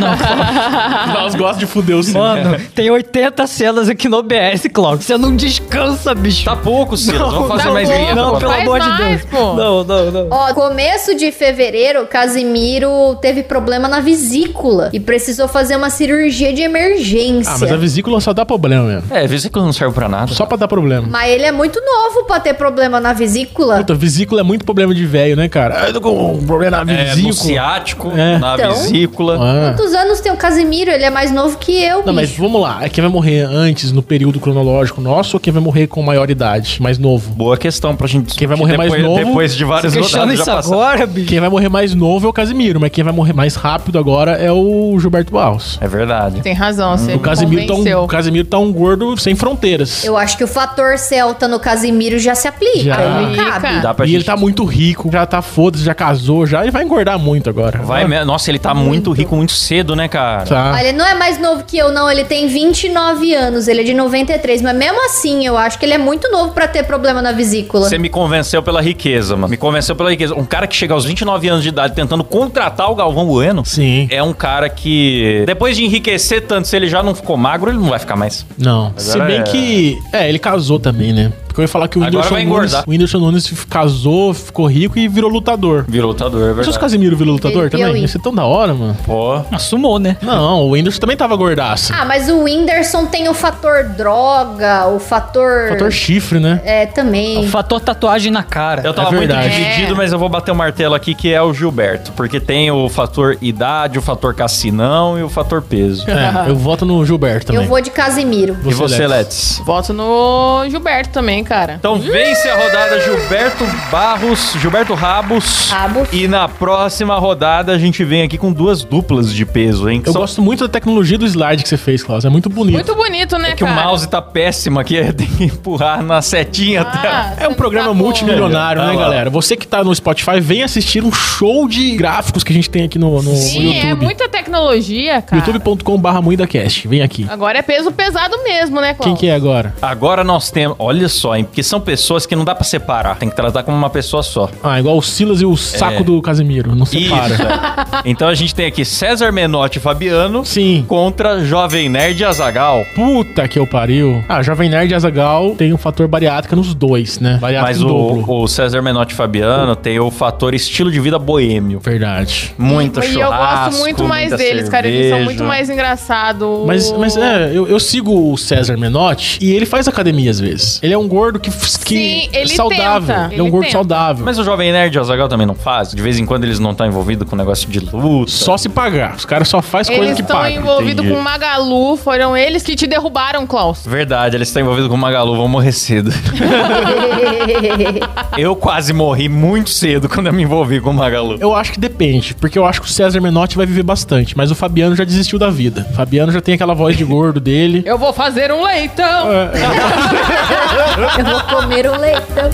Speaker 2: Nós gostamos de fuder o Silas.
Speaker 5: Mano, tem oitenta cenas aqui no O B S, Klaus. Você não descansa, bicho.
Speaker 1: Tá pouco, Silas. Vamos fazer
Speaker 3: tá
Speaker 1: mais
Speaker 3: bom.
Speaker 1: vinheta.
Speaker 5: Não,
Speaker 1: papai.
Speaker 5: pelo
Speaker 3: Faz
Speaker 5: amor de
Speaker 3: mais,
Speaker 5: Deus.
Speaker 3: pô.
Speaker 5: Não, não, não.
Speaker 4: Ó, começo de fevereiro, Casimiro teve problema na vesícula e precisou fazer uma cirurgia de emergência.
Speaker 2: Ah, mas a vesícula só dá problema mesmo.
Speaker 1: É, vesícula não serve pra nada.
Speaker 2: Só pra dar problema.
Speaker 4: Mas ele é muito novo pra ter problema na vesícula.
Speaker 2: Puta, vesícula é muito problema de velho, né, cara? Ah, eu tô com um problema na
Speaker 1: É, no
Speaker 2: vesícula.
Speaker 1: ciático,
Speaker 2: É.
Speaker 1: na
Speaker 4: Então?
Speaker 1: vesícula.
Speaker 2: Ah.
Speaker 4: Quantos anos tem o Casimiro? Ele é mais novo que eu,
Speaker 2: Não, mas
Speaker 4: bicho.
Speaker 2: vamos lá. É quem vai morrer antes, no período cronológico nosso, ou quem vai morrer com maior idade, mais novo?
Speaker 1: Boa questão pra gente
Speaker 2: Quem vai morrer mais
Speaker 1: depois,
Speaker 2: novo?
Speaker 1: Depois de várias
Speaker 5: Você questiona
Speaker 1: rodadas
Speaker 5: isso
Speaker 1: já passaram.
Speaker 5: agora, bicho?
Speaker 2: Quem vai morrer mais novo é o Casimiro, mas quem vai morrer mais rápido agora é o Gilberto Barros.
Speaker 1: É verdade.
Speaker 3: Tem razão, você
Speaker 2: O Casimiro, tá um,
Speaker 3: convenceu.
Speaker 2: o Casimiro Casimiro tá um gordo sem fronteiras.
Speaker 4: Eu acho que o fator Celta no Casimiro já se aplica.
Speaker 2: Já.
Speaker 4: Não
Speaker 3: Aplica.
Speaker 4: cabe.
Speaker 1: Dá pra
Speaker 2: E
Speaker 1: gente...
Speaker 2: ele tá muito rico, já tá foda-se, já casou, já e vai engordar muito agora.
Speaker 1: Vai mesmo. Nossa, ele tá muito rico muito cedo, né, cara?
Speaker 2: Tá.
Speaker 4: Olha, ele não é mais novo que eu, não. Ele tem vinte e nove anos. Ele é de noventa e três. Mas mesmo assim, eu acho que ele é muito novo pra ter problema na vesícula.
Speaker 1: Você me convenceu pela riqueza, mano. Me convenceu pela riqueza. Um cara que chega aos vinte e nove anos de idade tentando contratar o Galvão Bueno...
Speaker 2: Sim.
Speaker 1: É um cara que, depois de enriquecer tanto, se ele já não ficou magro, ele não vai ficar mais.
Speaker 2: Não. Se
Speaker 1: Agora
Speaker 2: bem
Speaker 1: é-
Speaker 2: que... É, ele casou também, né? Porque eu ia falar que o
Speaker 1: Agora
Speaker 2: Whindersson
Speaker 1: vai
Speaker 2: Nunes,
Speaker 1: engordar.
Speaker 2: o Whindersson Nunes casou, ficou rico e virou lutador.
Speaker 1: Virou lutador, é
Speaker 2: Mas o
Speaker 1: verdade.
Speaker 2: Casimiro virou lutador
Speaker 4: Ele
Speaker 2: também?
Speaker 4: piauí.
Speaker 2: Ia ser tão da hora, mano.
Speaker 1: Pô,
Speaker 5: Assumou, né?
Speaker 2: Não, o Whindersson também tava gordaço.
Speaker 4: Ah, mas o Whindersson tem o fator droga, o fator...
Speaker 2: Fator chifre, né?
Speaker 4: É, também.
Speaker 5: O fator tatuagem na cara.
Speaker 1: eu tava
Speaker 2: É
Speaker 1: muito
Speaker 2: verdade.
Speaker 1: dividido, mas eu vou bater o martelo aqui, que é o Gilberto. Porque tem o fator idade, o fator cassinão e o fator peso.
Speaker 2: É, eu voto no Gilberto também.
Speaker 4: Eu vou de Casimiro.
Speaker 1: E você,
Speaker 2: Lex?
Speaker 1: Let's?
Speaker 3: Voto no Gilberto também, cara.
Speaker 1: Então vence a rodada Gilberto Barros, Gilberto Rabos.
Speaker 4: Rabos.
Speaker 1: E na próxima rodada a gente vem aqui com duas duplas de peso, hein?
Speaker 2: Eu
Speaker 1: São-
Speaker 2: gosto muito da tecnologia do slide que você fez, Klaus. É muito bonito.
Speaker 3: Muito bonito, né,
Speaker 1: É que o
Speaker 3: cara?
Speaker 1: mouse tá péssimo aqui, tem que empurrar na setinha até.
Speaker 3: Ah,
Speaker 2: É um
Speaker 3: você
Speaker 2: programa
Speaker 3: não tá
Speaker 2: multimilionário,
Speaker 1: Ah,
Speaker 2: né,
Speaker 1: lá.
Speaker 2: galera? Você que tá no Spotify, vem assistir um show de gráficos que a gente tem aqui no, no, no
Speaker 3: Sim, é
Speaker 2: YouTube.
Speaker 3: muita tecnologia, cara.
Speaker 2: youtube ponto com barra MuidaCast. Vem aqui.
Speaker 3: Agora é peso pesado mesmo, né, Cláudio?
Speaker 2: Quem que é agora?
Speaker 1: Agora nós temos. Olha só, hein? Porque são pessoas que não dá pra separar. Tem que tratar como uma pessoa só.
Speaker 2: Ah, igual o Silas e o saco
Speaker 1: É.
Speaker 2: do Casimiro. Não separa.
Speaker 1: Isso. é. Então a gente tem aqui César Menotti e Fabiano
Speaker 2: Sim.
Speaker 1: contra Jovem Nerd e Azaghal.
Speaker 2: Puta que eu pariu. Ah, Jovem Nerd e Azaghal tem um fator bariátrica nos dois, né? Bariátrica
Speaker 1: Mas
Speaker 2: em dobro.
Speaker 1: o, o César Menotti e Fabiano tem o fator estilo de vida boêmio.
Speaker 2: Verdade.
Speaker 1: Muita
Speaker 3: E eu
Speaker 1: churrasco,
Speaker 3: gosto muito mais
Speaker 1: muita
Speaker 3: deles, cara. Eles são
Speaker 1: cerveja.
Speaker 3: muito mais engraçados.
Speaker 2: Mas, mas é, eu, eu sigo o César Menotti e ele faz academia às vezes. Ele é um gordo que, que
Speaker 3: Sim, ele
Speaker 2: é saudável.
Speaker 3: tenta,
Speaker 2: Ele é um
Speaker 3: ele
Speaker 2: gordo
Speaker 3: tenta.
Speaker 2: saudável.
Speaker 1: Mas o Jovem Nerd e o Azaghal também não faz. De vez em quando eles não estão envolvidos com negócio de luta.
Speaker 2: Só se pagar. Os caras só fazem coisa
Speaker 3: Eles
Speaker 2: que
Speaker 3: estão
Speaker 2: pagam.
Speaker 3: envolvidos
Speaker 1: entendi.
Speaker 3: com Magalu. Foram eles que te derrubaram, Klaus.
Speaker 1: Verdade, eles estão envolvidos com Magalu, vão morrer cedo. Eu quase morri muito cedo quando eu me envolvi com Magalu.
Speaker 2: Eu acho que depende, porque eu acho que o César Menotti vai viver bastante, mas o Fabiano já desistiu da vida. O Fabiano já tem aquela voz de gordo dele.
Speaker 3: Eu vou fazer um leitão.
Speaker 4: Eu vou comer um leitão.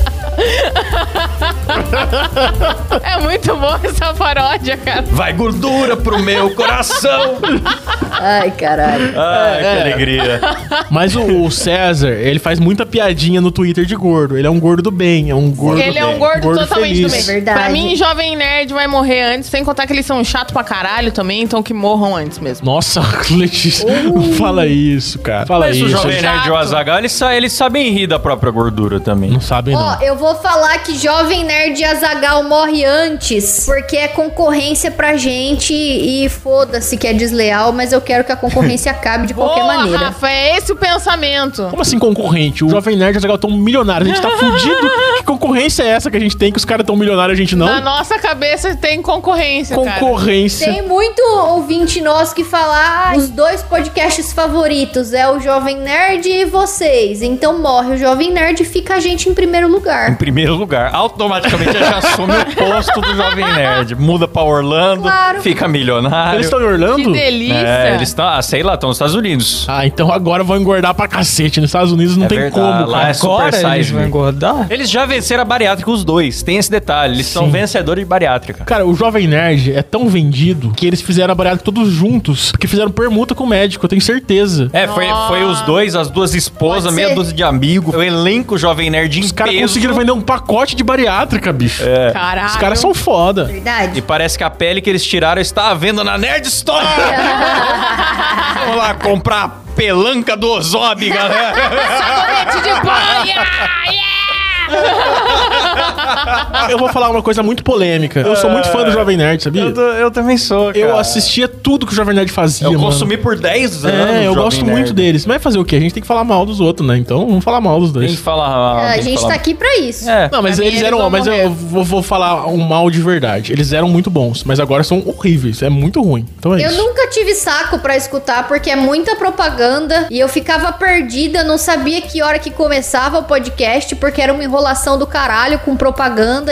Speaker 3: É muito boa essa paródia, cara.
Speaker 1: Vai gordura pro meu coração.
Speaker 4: Ai, caralho.
Speaker 1: Ai, que
Speaker 2: É.
Speaker 1: alegria.
Speaker 2: Mas o, o César, ele faz muita piadinha no Twitter de gordo. Ele é um gordo do bem, é um gordo
Speaker 3: Ele é um
Speaker 2: bem,
Speaker 3: gordo, totalmente
Speaker 2: feliz.
Speaker 3: do bem.
Speaker 4: Verdade.
Speaker 3: Pra mim, Jovem Nerd vai morrer antes, sem contar que eles são chatos pra caralho também, então que morram antes mesmo.
Speaker 2: Nossa, Letícia, não fala isso, cara. Fala
Speaker 1: Mas o
Speaker 2: isso.
Speaker 1: Jovem
Speaker 2: eles
Speaker 1: Nerd e o Azaghal, eles, sa- eles sabem rir da própria gordura também.
Speaker 2: Não sabem, não.
Speaker 4: Ó, eu vou falar que Jovem Nerd e Azaghal morre antes, porque é concorrência pra gente e foda-se que é desleal, mas eu quero que a concorrência acabe de qualquer
Speaker 3: Boa,
Speaker 4: maneira.
Speaker 3: Rafa, é esse o pensamento.
Speaker 2: Como assim concorrente? O Jovem Nerd e o Azaghal tão milionários. A gente tá fudido. Que concorrência é essa que a gente tem que os caras tão milionários e a gente não?
Speaker 3: Na nossa cabeça tem concorrência, cara.
Speaker 2: Concorrência.
Speaker 4: Tem muito ouvinte nosso que fala, ah, os dois podcasts favoritos é o Jovem Nerd e vocês. Então morre o Jovem Nerd e fica a gente em primeiro
Speaker 1: Em
Speaker 4: lugar.
Speaker 1: primeiro lugar, automaticamente já assume o posto do Jovem Nerd. Muda pra Orlando,
Speaker 4: Claro.
Speaker 1: fica milionário.
Speaker 2: Eles estão em Orlando?
Speaker 3: Que delícia.
Speaker 1: É, eles estão, ah, sei lá, estão nos Estados Unidos.
Speaker 2: Ah, então agora vão engordar pra cacete. Nos Estados Unidos não
Speaker 1: É
Speaker 2: tem
Speaker 1: verdade,
Speaker 2: como,
Speaker 1: lá
Speaker 2: cara.
Speaker 1: é super
Speaker 5: Agora eles
Speaker 1: size
Speaker 5: vão
Speaker 1: me.
Speaker 5: engordar?
Speaker 1: Eles já venceram a bariátrica, os dois. Tem esse detalhe. Eles são
Speaker 2: Sim.
Speaker 1: vencedores de bariátrica.
Speaker 2: Cara, o Jovem Nerd é tão vendido que eles fizeram a bariátrica todos juntos, porque fizeram permuta com o médico, eu tenho certeza.
Speaker 1: É, foi, foi os dois, as duas esposas,
Speaker 4: Pode
Speaker 1: meia
Speaker 4: ser.
Speaker 1: dúzia de amigos, o elenco Jovem Nerd em
Speaker 2: Os caras
Speaker 1: peso.
Speaker 2: conseguiram vender um pacote de bariátrica, bicho.
Speaker 1: É.
Speaker 3: Caralho.
Speaker 2: Os caras são foda.
Speaker 4: Verdade?
Speaker 1: E parece que a pele que eles tiraram está à venda na Nerd Store. Vamos lá comprar a pelanca do Ozob, galera.
Speaker 3: Sabonete de banha! Yeah!
Speaker 2: Eu vou falar uma coisa muito polêmica. Eu sou muito fã do Jovem Nerd, sabia?
Speaker 1: Eu, tô- eu também sou, cara.
Speaker 2: Eu assistia tudo que o Jovem Nerd fazia,
Speaker 1: Eu
Speaker 2: mano.
Speaker 1: consumi por dez anos.
Speaker 2: É, eu
Speaker 1: Jovem
Speaker 2: gosto
Speaker 1: Nerd.
Speaker 2: muito deles. Mas vai fazer o quê? A gente tem que falar mal dos outros, né? Então vamos falar mal dos
Speaker 1: Tem
Speaker 2: dois.
Speaker 1: que falar.
Speaker 4: a
Speaker 1: tem que
Speaker 4: gente
Speaker 1: falar-
Speaker 4: tá aqui pra isso.
Speaker 1: É.
Speaker 2: Não, mas
Speaker 3: Pra mim,
Speaker 2: eles
Speaker 3: eles
Speaker 2: eram.
Speaker 3: vão
Speaker 2: Mas
Speaker 3: morrer.
Speaker 2: eu vou, vou falar um mal de verdade. Eles eram muito bons, mas agora são horríveis. É muito ruim. Então é
Speaker 4: Eu
Speaker 2: isso.
Speaker 4: nunca tive saco pra escutar porque é muita propaganda e eu ficava perdida, não sabia que hora que começava o podcast porque era uma enrolação do caralho com propaganda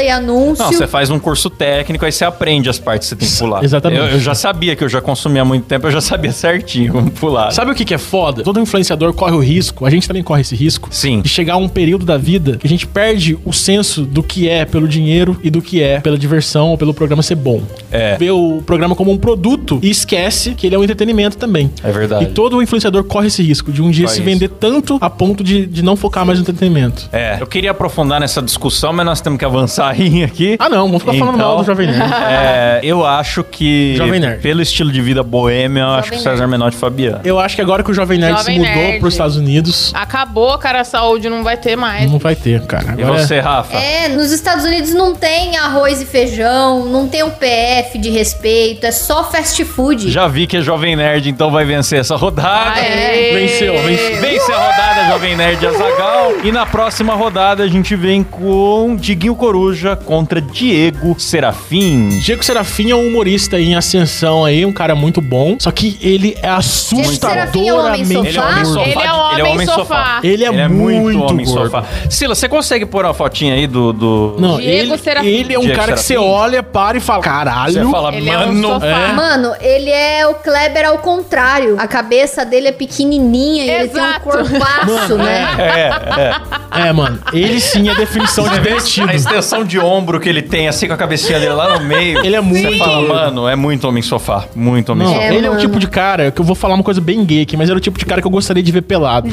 Speaker 4: e anúncio.
Speaker 1: Não, você faz um curso técnico, aí você aprende as partes que você tem que pular.
Speaker 2: Exatamente.
Speaker 1: Eu, eu já sabia que eu já consumia há muito tempo, eu já sabia certinho como pular.
Speaker 2: Sabe o que, que é foda? Todo influenciador corre o risco, a gente também corre esse risco,
Speaker 1: Sim.
Speaker 2: de chegar a um período da vida que a gente perde o senso do que é pelo dinheiro e do que é pela diversão ou pelo programa ser bom.
Speaker 1: É.
Speaker 2: Vê o programa como um produto e esquece que ele é um entretenimento também.
Speaker 1: É verdade.
Speaker 2: E todo influenciador corre esse risco de um dia
Speaker 1: Corre
Speaker 2: se
Speaker 1: isso.
Speaker 2: vender tanto a ponto de, de não focar mais no entretenimento.
Speaker 1: É, eu queria aprofundar nessa discussão, mas nós temos que avançar aí aqui.
Speaker 2: Ah, não, vamos ficar falando
Speaker 1: Então,
Speaker 2: mal do Jovem Nerd.
Speaker 1: É, eu acho que,
Speaker 2: Jovem Nerd.
Speaker 1: pelo estilo de vida boêmio, eu acho que o
Speaker 4: Nerd.
Speaker 1: César Menotti e Fabiano.
Speaker 2: Eu acho que agora que o Jovem Nerd
Speaker 3: Jovem
Speaker 2: se mudou
Speaker 3: Nerd.
Speaker 2: para os Estados Unidos,
Speaker 3: Acabou, cara, a saúde não vai ter mais.
Speaker 2: não vai ter, cara.
Speaker 1: E
Speaker 2: Agora
Speaker 1: você, Rafa?
Speaker 4: É, nos Estados Unidos não tem arroz e feijão, não tem um P F de respeito, é só fast food.
Speaker 1: Já vi que é Jovem Nerd, então vai vencer essa rodada.
Speaker 3: Aê!
Speaker 2: Venceu, venceu.
Speaker 1: Vence a rodada, Jovem Nerd e Azaghal. E na próxima rodada a gente vem com Diguinho Coruja contra Diego Serafim.
Speaker 2: Diego Serafim é um humorista em ascensão aí, um cara muito bom. Só que ele é
Speaker 4: Serafim é o homem
Speaker 2: assustadoramente
Speaker 1: Ele é o homem
Speaker 4: Sofá?
Speaker 1: sofá.
Speaker 3: Ele é o homem sofá.
Speaker 2: Ele é,
Speaker 1: Ele é
Speaker 2: muito,
Speaker 1: muito homem
Speaker 2: gordo.
Speaker 1: sofá. Sila, você consegue pôr uma fotinha aí do... do...
Speaker 2: Não,
Speaker 3: Diego
Speaker 2: ele,
Speaker 3: Serafim.
Speaker 2: ele é um
Speaker 1: Diego
Speaker 2: cara que você
Speaker 1: Serafim.
Speaker 2: olha, para e fala, caralho.
Speaker 1: Você fala,
Speaker 3: Ele é um
Speaker 1: mano...
Speaker 3: sofá.
Speaker 2: é.
Speaker 4: Mano, ele é o Kleber ao contrário. A cabeça dele é pequenininha e ele tem um
Speaker 3: Exato.
Speaker 4: corpaço, né?
Speaker 1: É, é.
Speaker 2: É, mano, ele sim é definição de derretido.
Speaker 1: A extensão de ombro que ele tem, assim, com a cabecinha dele lá no meio.
Speaker 2: Ele é muito
Speaker 1: Você fala,
Speaker 2: gordo.
Speaker 1: mano, é muito homem sofá. Muito homem
Speaker 2: Não,
Speaker 1: sofá.
Speaker 4: É,
Speaker 2: ele é o
Speaker 4: mano.
Speaker 2: tipo de cara que eu vou falar uma coisa bem gay aqui, mas ele é o tipo de cara que eu gostaria de ver pelado.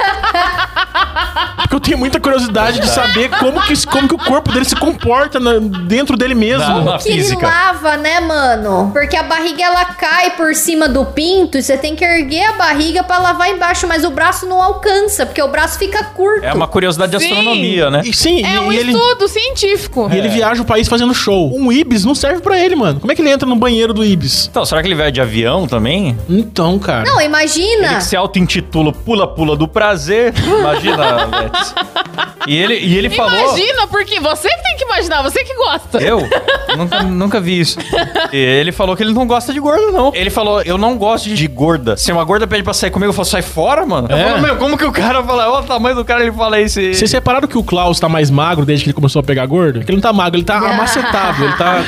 Speaker 2: Porque eu tenho muita curiosidade de saber como que, como que o corpo dele se comporta na- dentro dele mesmo.
Speaker 1: Não, não.
Speaker 4: Que ele
Speaker 1: física.
Speaker 4: lava, né, mano? Porque a barriga ela cai por cima do pinto e você tem que erguer a barriga pra lavar embaixo, mas o braço não alcança, porque o braço fica curto.
Speaker 1: É uma curiosidade de
Speaker 3: Sim.
Speaker 1: astronomia, né?
Speaker 2: E sim,
Speaker 3: É
Speaker 2: e,
Speaker 3: um
Speaker 2: e ele,
Speaker 3: estudo científico.
Speaker 2: e ele viaja o país fazendo show. Um Ibis não serve pra ele, mano. Como é que ele entra no banheiro do Ibis?
Speaker 1: Então, será que ele vai de avião também?
Speaker 2: Então, cara.
Speaker 4: Não,
Speaker 1: Ele
Speaker 4: imagina.
Speaker 1: que se auto-intitula Pula-Pula do Prazer. Imagina, Alex. E ele, e ele falou...
Speaker 3: Imagina, porque você que tem que imaginar, você que gosta.
Speaker 1: Eu? Nunca, nunca vi isso. E ele falou que ele não gosta de gordo, não. Ele falou, eu não gosto de gorda. Se uma gorda pede pra sair comigo, eu falo, sai fora, mano. Eu
Speaker 2: É.
Speaker 1: falo, meu, como que o cara fala, olha o tamanho do cara, ele fala isso. e-
Speaker 2: Vocês repararam que o Klaus tá mais magro desde que ele começou a pegar gordo? Porque ele não tá magro, ele tá amacetado, ele tá...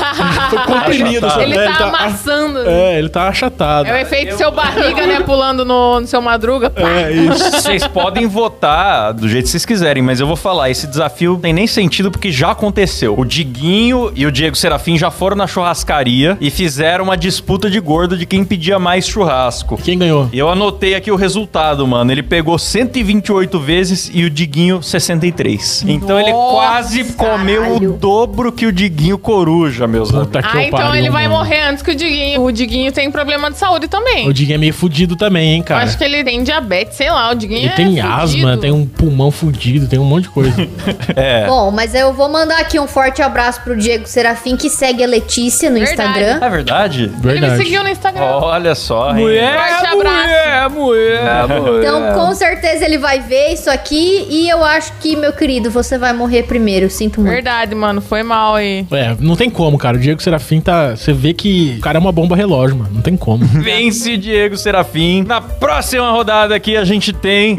Speaker 2: Foi comprimido,
Speaker 1: Achatado.
Speaker 2: sabe?
Speaker 3: Ele tá amassando.
Speaker 2: É, ele tá achatado.
Speaker 3: É o efeito seu barriga, né, pulando no, no seu madruga. Pá.
Speaker 2: É, isso.
Speaker 1: Vocês podem votar do jeito que vocês quiserem, mas eu vou falar, esse desafio não tem nem sentido porque já aconteceu. O Diguinho e o Diego Serafim já foram na churrascaria e fizeram uma disputa de gordo de quem pedia mais churrasco.
Speaker 2: Quem ganhou?
Speaker 1: E eu anotei aqui o resultado, mano. Ele pegou cento e vinte e oito vezes e o Diguinho sessenta e três. Então ele
Speaker 3: Nossa,
Speaker 1: quase comeu
Speaker 4: caralho.
Speaker 1: o dobro que o Diguinho Coruja, meus amigos.
Speaker 2: Puta que
Speaker 3: Ah,
Speaker 2: eu
Speaker 3: então
Speaker 2: pariu,
Speaker 3: ele vai
Speaker 2: mano.
Speaker 3: morrer antes que o Diguinho. O Diguinho tem problema de saúde também.
Speaker 2: O Diguinho é meio fudido também, hein,
Speaker 3: Eu
Speaker 2: cara.
Speaker 3: acho que ele tem diabetes, sei lá, o Diguinho
Speaker 2: Ele
Speaker 3: é
Speaker 2: tem
Speaker 3: fudido.
Speaker 2: asma, tem um pulmão fudido, tem um monte de coisa.
Speaker 1: É.
Speaker 4: Bom, mas eu vou mandar aqui um forte abraço pro Diego Serafim, que segue a Letícia no
Speaker 3: Verdade.
Speaker 4: Instagram.
Speaker 1: É verdade?
Speaker 3: Ele me
Speaker 2: Verdade.
Speaker 3: seguiu no Instagram.
Speaker 1: Olha só, hein?
Speaker 3: Forte abraço.
Speaker 1: mulher, mulher.
Speaker 4: Então, com certeza ele vai ver isso aqui e eu acho que, meu querido, você vai morrer primeiro. Sinto muito.
Speaker 3: Verdade, mano, foi mal aí.
Speaker 2: É, não tem como, cara. O Diego Serafim tá... Você vê que o cara é uma bomba relógio, mano. Não tem como.
Speaker 1: Vence Diego Serafim. Na próxima rodada aqui a gente tem...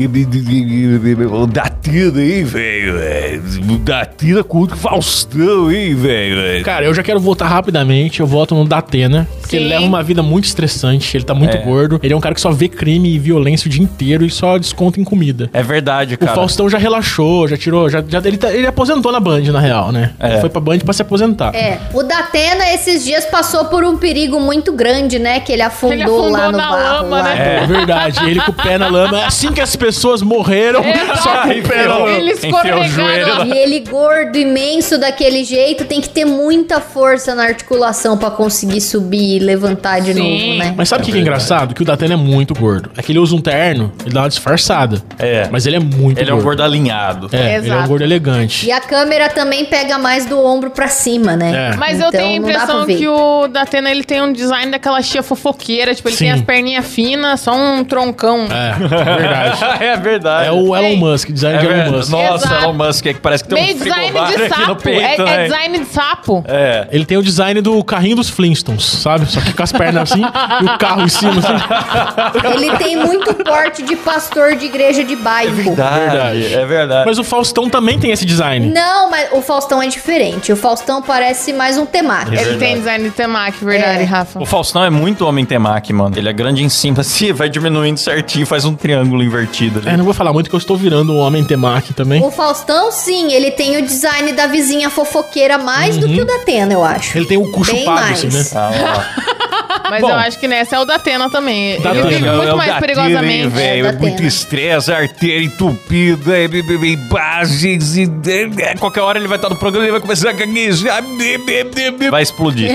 Speaker 1: O Datena, hein, velho? O Datena contra o Faustão, hein, velho?
Speaker 2: Cara, eu já quero voltar rapidamente. Eu volto no Datena. Porque
Speaker 3: Sim.
Speaker 2: ele leva uma vida muito estressante. Ele tá muito
Speaker 1: É.
Speaker 2: gordo. Ele é um cara que só vê crime e violência o dia inteiro e só desconta em comida.
Speaker 1: É verdade,
Speaker 2: O
Speaker 1: cara.
Speaker 2: Faustão já relaxou, já tirou. Já, já- ele, tá- ele aposentou na Band, na real, né?
Speaker 1: É.
Speaker 2: Ele foi pra Band pra se aposentar.
Speaker 4: É, o Datena esses dias passou por um perigo muito grande, né? Que ele afundou,
Speaker 3: Ele afundou
Speaker 4: lá no
Speaker 3: na
Speaker 4: barro.
Speaker 3: lama,
Speaker 4: lá.
Speaker 3: né?
Speaker 2: É verdade. Ele com o pé na lama. É assim que as pessoas morreram, só com o pé na lama.
Speaker 3: Ele
Speaker 1: Enfiou o joelho
Speaker 3: escorregando.
Speaker 1: lá.
Speaker 4: E ele gordo, imenso daquele jeito, tem que ter muita força na articulação pra conseguir subir e levantar de
Speaker 3: Sim.
Speaker 4: novo, né?
Speaker 2: Mas sabe o que, que é engraçado? Que o Datena é muito gordo. É que ele usa um terno, ele dá uma disfarçada.
Speaker 1: É.
Speaker 2: Mas ele é muito
Speaker 1: Ele é
Speaker 2: gordo.
Speaker 1: um gordo alinhado.
Speaker 2: É, ele é um
Speaker 3: Exato.
Speaker 2: gordo elegante.
Speaker 4: E a câmera também pega mais do ombro pra cima, né?
Speaker 2: É.
Speaker 3: Mas eu
Speaker 4: Então,
Speaker 3: tenho a
Speaker 4: não dá pra
Speaker 3: impressão
Speaker 4: ver.
Speaker 3: que o Datena, ele tem um design daquela tia fofoqueira. Tipo, ele
Speaker 2: Sim.
Speaker 3: tem as perninhas finas, só um troncão.
Speaker 2: É, é verdade.
Speaker 1: é verdade.
Speaker 2: É o Elon
Speaker 3: Sim.
Speaker 2: Musk, design
Speaker 1: É
Speaker 2: de Elon
Speaker 1: verdade.
Speaker 2: Musk.
Speaker 1: Nossa,
Speaker 3: Exato.
Speaker 1: Elon Musk, é que parece que tem
Speaker 3: Meio
Speaker 1: um
Speaker 3: design
Speaker 1: frigobar
Speaker 3: de
Speaker 1: aqui no
Speaker 3: sapo.
Speaker 1: peito,
Speaker 3: é,
Speaker 1: né?
Speaker 3: é design de sapo. papo.
Speaker 1: É.
Speaker 2: Ele tem o design do carrinho dos Flintstones, sabe? Só que com as pernas assim e o carro em cima, assim.
Speaker 4: Ele tem muito porte de pastor de igreja de bairro.
Speaker 1: Verdade, é verdade.
Speaker 2: Mas o Faustão também tem esse design.
Speaker 4: Não, mas o Faustão é diferente. O Faustão parece mais um temaki.
Speaker 3: Ele tem design de temaki, verdade,
Speaker 4: É.
Speaker 3: Rafa.
Speaker 1: O Faustão é muito homem temaki, mano. Ele é grande em cima, assim, vai diminuindo certinho, faz um triângulo invertido ali.
Speaker 2: É, não vou falar muito que eu estou virando um homem temaki também.
Speaker 4: O Faustão, sim, ele tem o design da vizinha fofoqueira mais do que o da Atena, eu acho.
Speaker 2: Ele tem o cu
Speaker 4: Bem
Speaker 2: chupado,
Speaker 4: mais.
Speaker 2: assim, né?
Speaker 1: Ah,
Speaker 3: Mas
Speaker 2: Bom.
Speaker 3: eu acho que nessa é o da Atena também.
Speaker 2: Da
Speaker 3: Ele
Speaker 2: Atena.
Speaker 3: vive
Speaker 1: ó.
Speaker 3: muito
Speaker 1: É o
Speaker 3: mais
Speaker 1: da Atena,
Speaker 3: perigosamente.
Speaker 1: hein, velho.
Speaker 4: É,
Speaker 1: É
Speaker 4: da
Speaker 1: muito
Speaker 4: Atena.
Speaker 1: estresse, artéria entupida, é, é, é, é, bases e... é, qualquer hora ele vai estar no programa e ele vai começar a gaguejar. Vai explodir.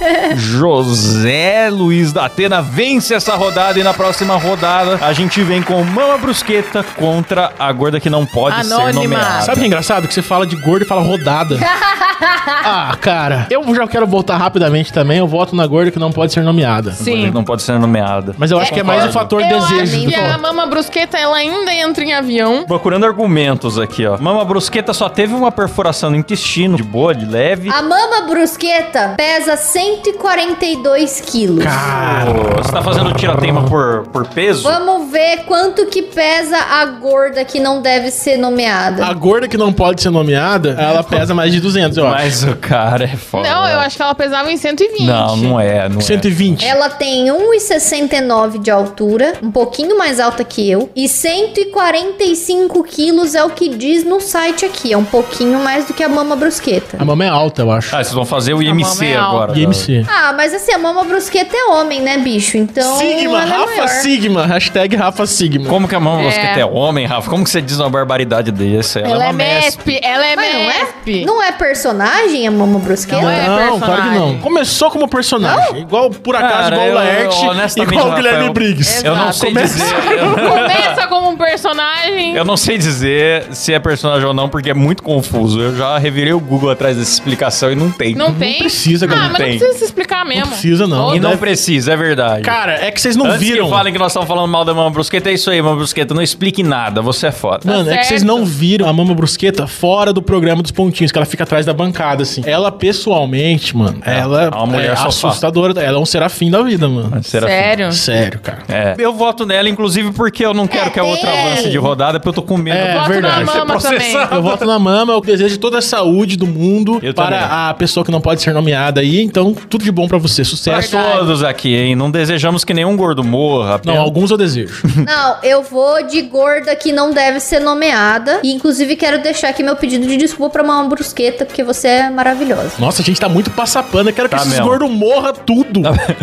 Speaker 1: José Luiz da Atena vence essa rodada e na próxima rodada a gente vem com Mama Brusqueta contra a gorda que não pode ser
Speaker 3: Anônima.
Speaker 1: nomeada.
Speaker 2: Sabe o que é engraçado? Que você fala de gordo e fala rodada. Ah, cara. Eu já quero voltar rapidamente também. Eu voto na gorda que não pode ser nomeada.
Speaker 1: Gorda
Speaker 3: Sim.
Speaker 1: que não pode ser nomeada.
Speaker 2: Mas eu acho que é mais o fator
Speaker 3: Eu
Speaker 2: desejo.
Speaker 3: acho
Speaker 2: do
Speaker 3: que a
Speaker 2: que...
Speaker 3: Mama Brusqueta, ela ainda entra em avião.
Speaker 1: Procurando argumentos aqui, ó. Mama Brusqueta só teve uma perfuração no intestino, de boa, de leve.
Speaker 4: A Mama Brusqueta pesa cento e quarenta e dois quilos.
Speaker 2: Cara.
Speaker 1: Ô, Você tá fazendo tira-teima por, por peso?
Speaker 4: Vamos ver quanto que pesa a gorda que não deve ser nomeada.
Speaker 2: A gorda que não pode ser nomeada, ela pesa mais de duzentos, eu acho.
Speaker 1: Mas o cara é foda.
Speaker 3: Não, eu acho que ela pesava em cento e vinte.
Speaker 1: Não, não é, não
Speaker 2: cento e vinte.
Speaker 4: Ela tem um e sessenta e nove de altura, um pouquinho mais alta que eu, e cento e quarenta e cinco quilos é o que diz no site aqui. É um pouquinho mais do que a Mama Brusqueta.
Speaker 2: A mama é alta, eu acho.
Speaker 1: é. Ah, vocês vão fazer o I M C
Speaker 3: mama é alta.
Speaker 1: agora.
Speaker 2: I M C.
Speaker 4: Ah, mas assim, a Mama Brusqueta é homem, né, bicho? Então.
Speaker 2: Sigma,
Speaker 4: ela é
Speaker 2: Rafa
Speaker 4: maior.
Speaker 2: Sigma. Hashtag Rafa Sigma.
Speaker 1: Como que a Mama
Speaker 3: É.
Speaker 1: Brusqueta é homem, Rafa? Como que você diz uma barbaridade dessa?
Speaker 3: Ela, é
Speaker 1: uma
Speaker 3: mesp, ela é
Speaker 4: Mas não
Speaker 3: mesp.
Speaker 4: é? Não é personagem a Mama Brusqueta?
Speaker 3: Não é.
Speaker 2: Não, claro
Speaker 3: personagem.
Speaker 2: que não. Começou como personagem. Igual, por acaso,
Speaker 1: Cara,
Speaker 2: igual o
Speaker 1: eu-
Speaker 2: Laerte,
Speaker 1: honestamente,
Speaker 2: igual o Guilherme
Speaker 1: Rafael,
Speaker 2: Briggs.
Speaker 1: Eu não
Speaker 3: Exato.
Speaker 1: sei
Speaker 2: Começa-
Speaker 1: dizer. Eu,
Speaker 3: Começa como um personagem.
Speaker 1: eu não sei dizer se é personagem ou não, porque é muito confuso. Eu já revirei o Google atrás dessa explicação e não tem.
Speaker 3: Não tem?
Speaker 2: precisa, cara,
Speaker 3: Ah,
Speaker 2: não
Speaker 3: mas
Speaker 1: tem.
Speaker 3: não precisa se explicar mesmo.
Speaker 2: Não precisa, não.
Speaker 1: E não
Speaker 2: Deve-
Speaker 1: precisa, é verdade.
Speaker 2: Cara, é que vocês não
Speaker 1: Antes
Speaker 2: viram.
Speaker 1: que falem que nós estamos falando mal da Mama Brusqueta, é isso aí, Mama Brusqueta. Não explique nada, você é foda.
Speaker 2: Mano, é que vocês
Speaker 3: certo.
Speaker 2: não viram a Mama Brusqueta fora do programa dos pontinhos, que ela fica atrás da bancada, assim. Ela, pessoalmente, mano,
Speaker 1: É,
Speaker 2: ela
Speaker 1: é uma mulher
Speaker 2: é
Speaker 1: sofá.
Speaker 2: assustadora. Ela é um serafim da vida, mano.
Speaker 1: Serafim.
Speaker 3: Sério?
Speaker 2: Sério, cara.
Speaker 1: É. Eu voto nela, inclusive, porque eu não quero
Speaker 4: É,
Speaker 1: que a outra
Speaker 4: tem.
Speaker 1: avance de rodada, porque eu tô com medo.
Speaker 2: É,
Speaker 1: de
Speaker 3: Voto
Speaker 2: verdade.
Speaker 3: na
Speaker 1: ser
Speaker 3: Mama
Speaker 1: processado.
Speaker 3: também.
Speaker 2: Eu voto na Mama, eu desejo toda a saúde do mundo
Speaker 1: Eu
Speaker 2: para
Speaker 1: também.
Speaker 2: a pessoa que não pode ser nomeada aí. Então, tudo de bom pra você.
Speaker 1: Pra
Speaker 2: Sucesso.
Speaker 1: todos aqui, hein? Não desejamos que nenhum gordo morra.
Speaker 2: Não,
Speaker 1: apenas-
Speaker 2: alguns eu desejo.
Speaker 4: Não, eu vou de gorda que não deve ser nomeada. E inclusive quero deixar aqui meu pedido de desculpa pra Mama Brusqueta, porque você é maravilhosa.
Speaker 2: Nossa, a gente tá muito passapando. Eu quero que
Speaker 1: Tá
Speaker 2: esses
Speaker 1: mesmo.
Speaker 2: gordos morram tudo.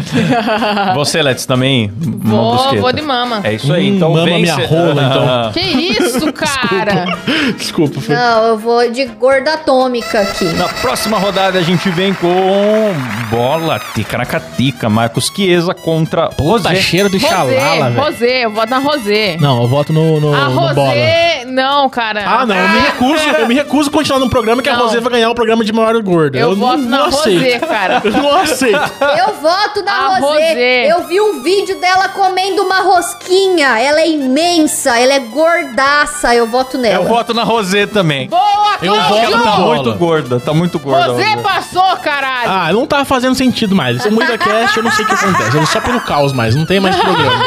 Speaker 1: Você, Let's, também? Mama
Speaker 3: Vou,
Speaker 1: Brusqueta.
Speaker 3: vou de mama.
Speaker 1: É isso aí,
Speaker 2: Hum,
Speaker 1: então
Speaker 2: mama
Speaker 1: vence...
Speaker 2: minha rola, então.
Speaker 3: Que isso, cara?
Speaker 2: Desculpa, foi.
Speaker 4: Não, eu vou de gorda atômica aqui.
Speaker 1: Na próxima rodada a gente vem com bola ticaracatica, Marcos Chiesa contra
Speaker 2: Tá
Speaker 1: Rosé.
Speaker 2: cheiro de
Speaker 3: Rosé,
Speaker 2: xalala, velho.
Speaker 3: Rosé, eu voto na Rosé.
Speaker 2: Não, eu voto no, no,
Speaker 3: A
Speaker 2: no bola.
Speaker 3: Rosé, não, cara.
Speaker 2: Ah, não, eu me recuso, eu me recuso a continuar num programa que a
Speaker 3: Não.
Speaker 2: Rosé vai ganhar o programa de maior gorda.
Speaker 3: Eu,
Speaker 2: não-
Speaker 3: voto
Speaker 2: não
Speaker 3: na
Speaker 2: aceito.
Speaker 3: Rosé, cara.
Speaker 2: Eu não aceito.
Speaker 4: Eu voto na
Speaker 3: A
Speaker 4: Rosé.
Speaker 3: Rosé.
Speaker 4: Eu vi um vídeo dela comendo uma rosquinha. Ela é imensa, ela é gordaça. Eu voto nela.
Speaker 1: Eu voto na Rosé também.
Speaker 3: Boa,
Speaker 2: Eu
Speaker 3: Cláudio!
Speaker 2: voto
Speaker 1: Ela tá
Speaker 2: na
Speaker 1: muito gorda, tá muito gorda.
Speaker 3: Rosé
Speaker 1: Rosé.
Speaker 3: passou, caralho.
Speaker 2: Ah, não tá fazendo sentido mais. Esse Muita Cast, eu não sei o que acontece. É só pelo caos mais, não tem mais programa.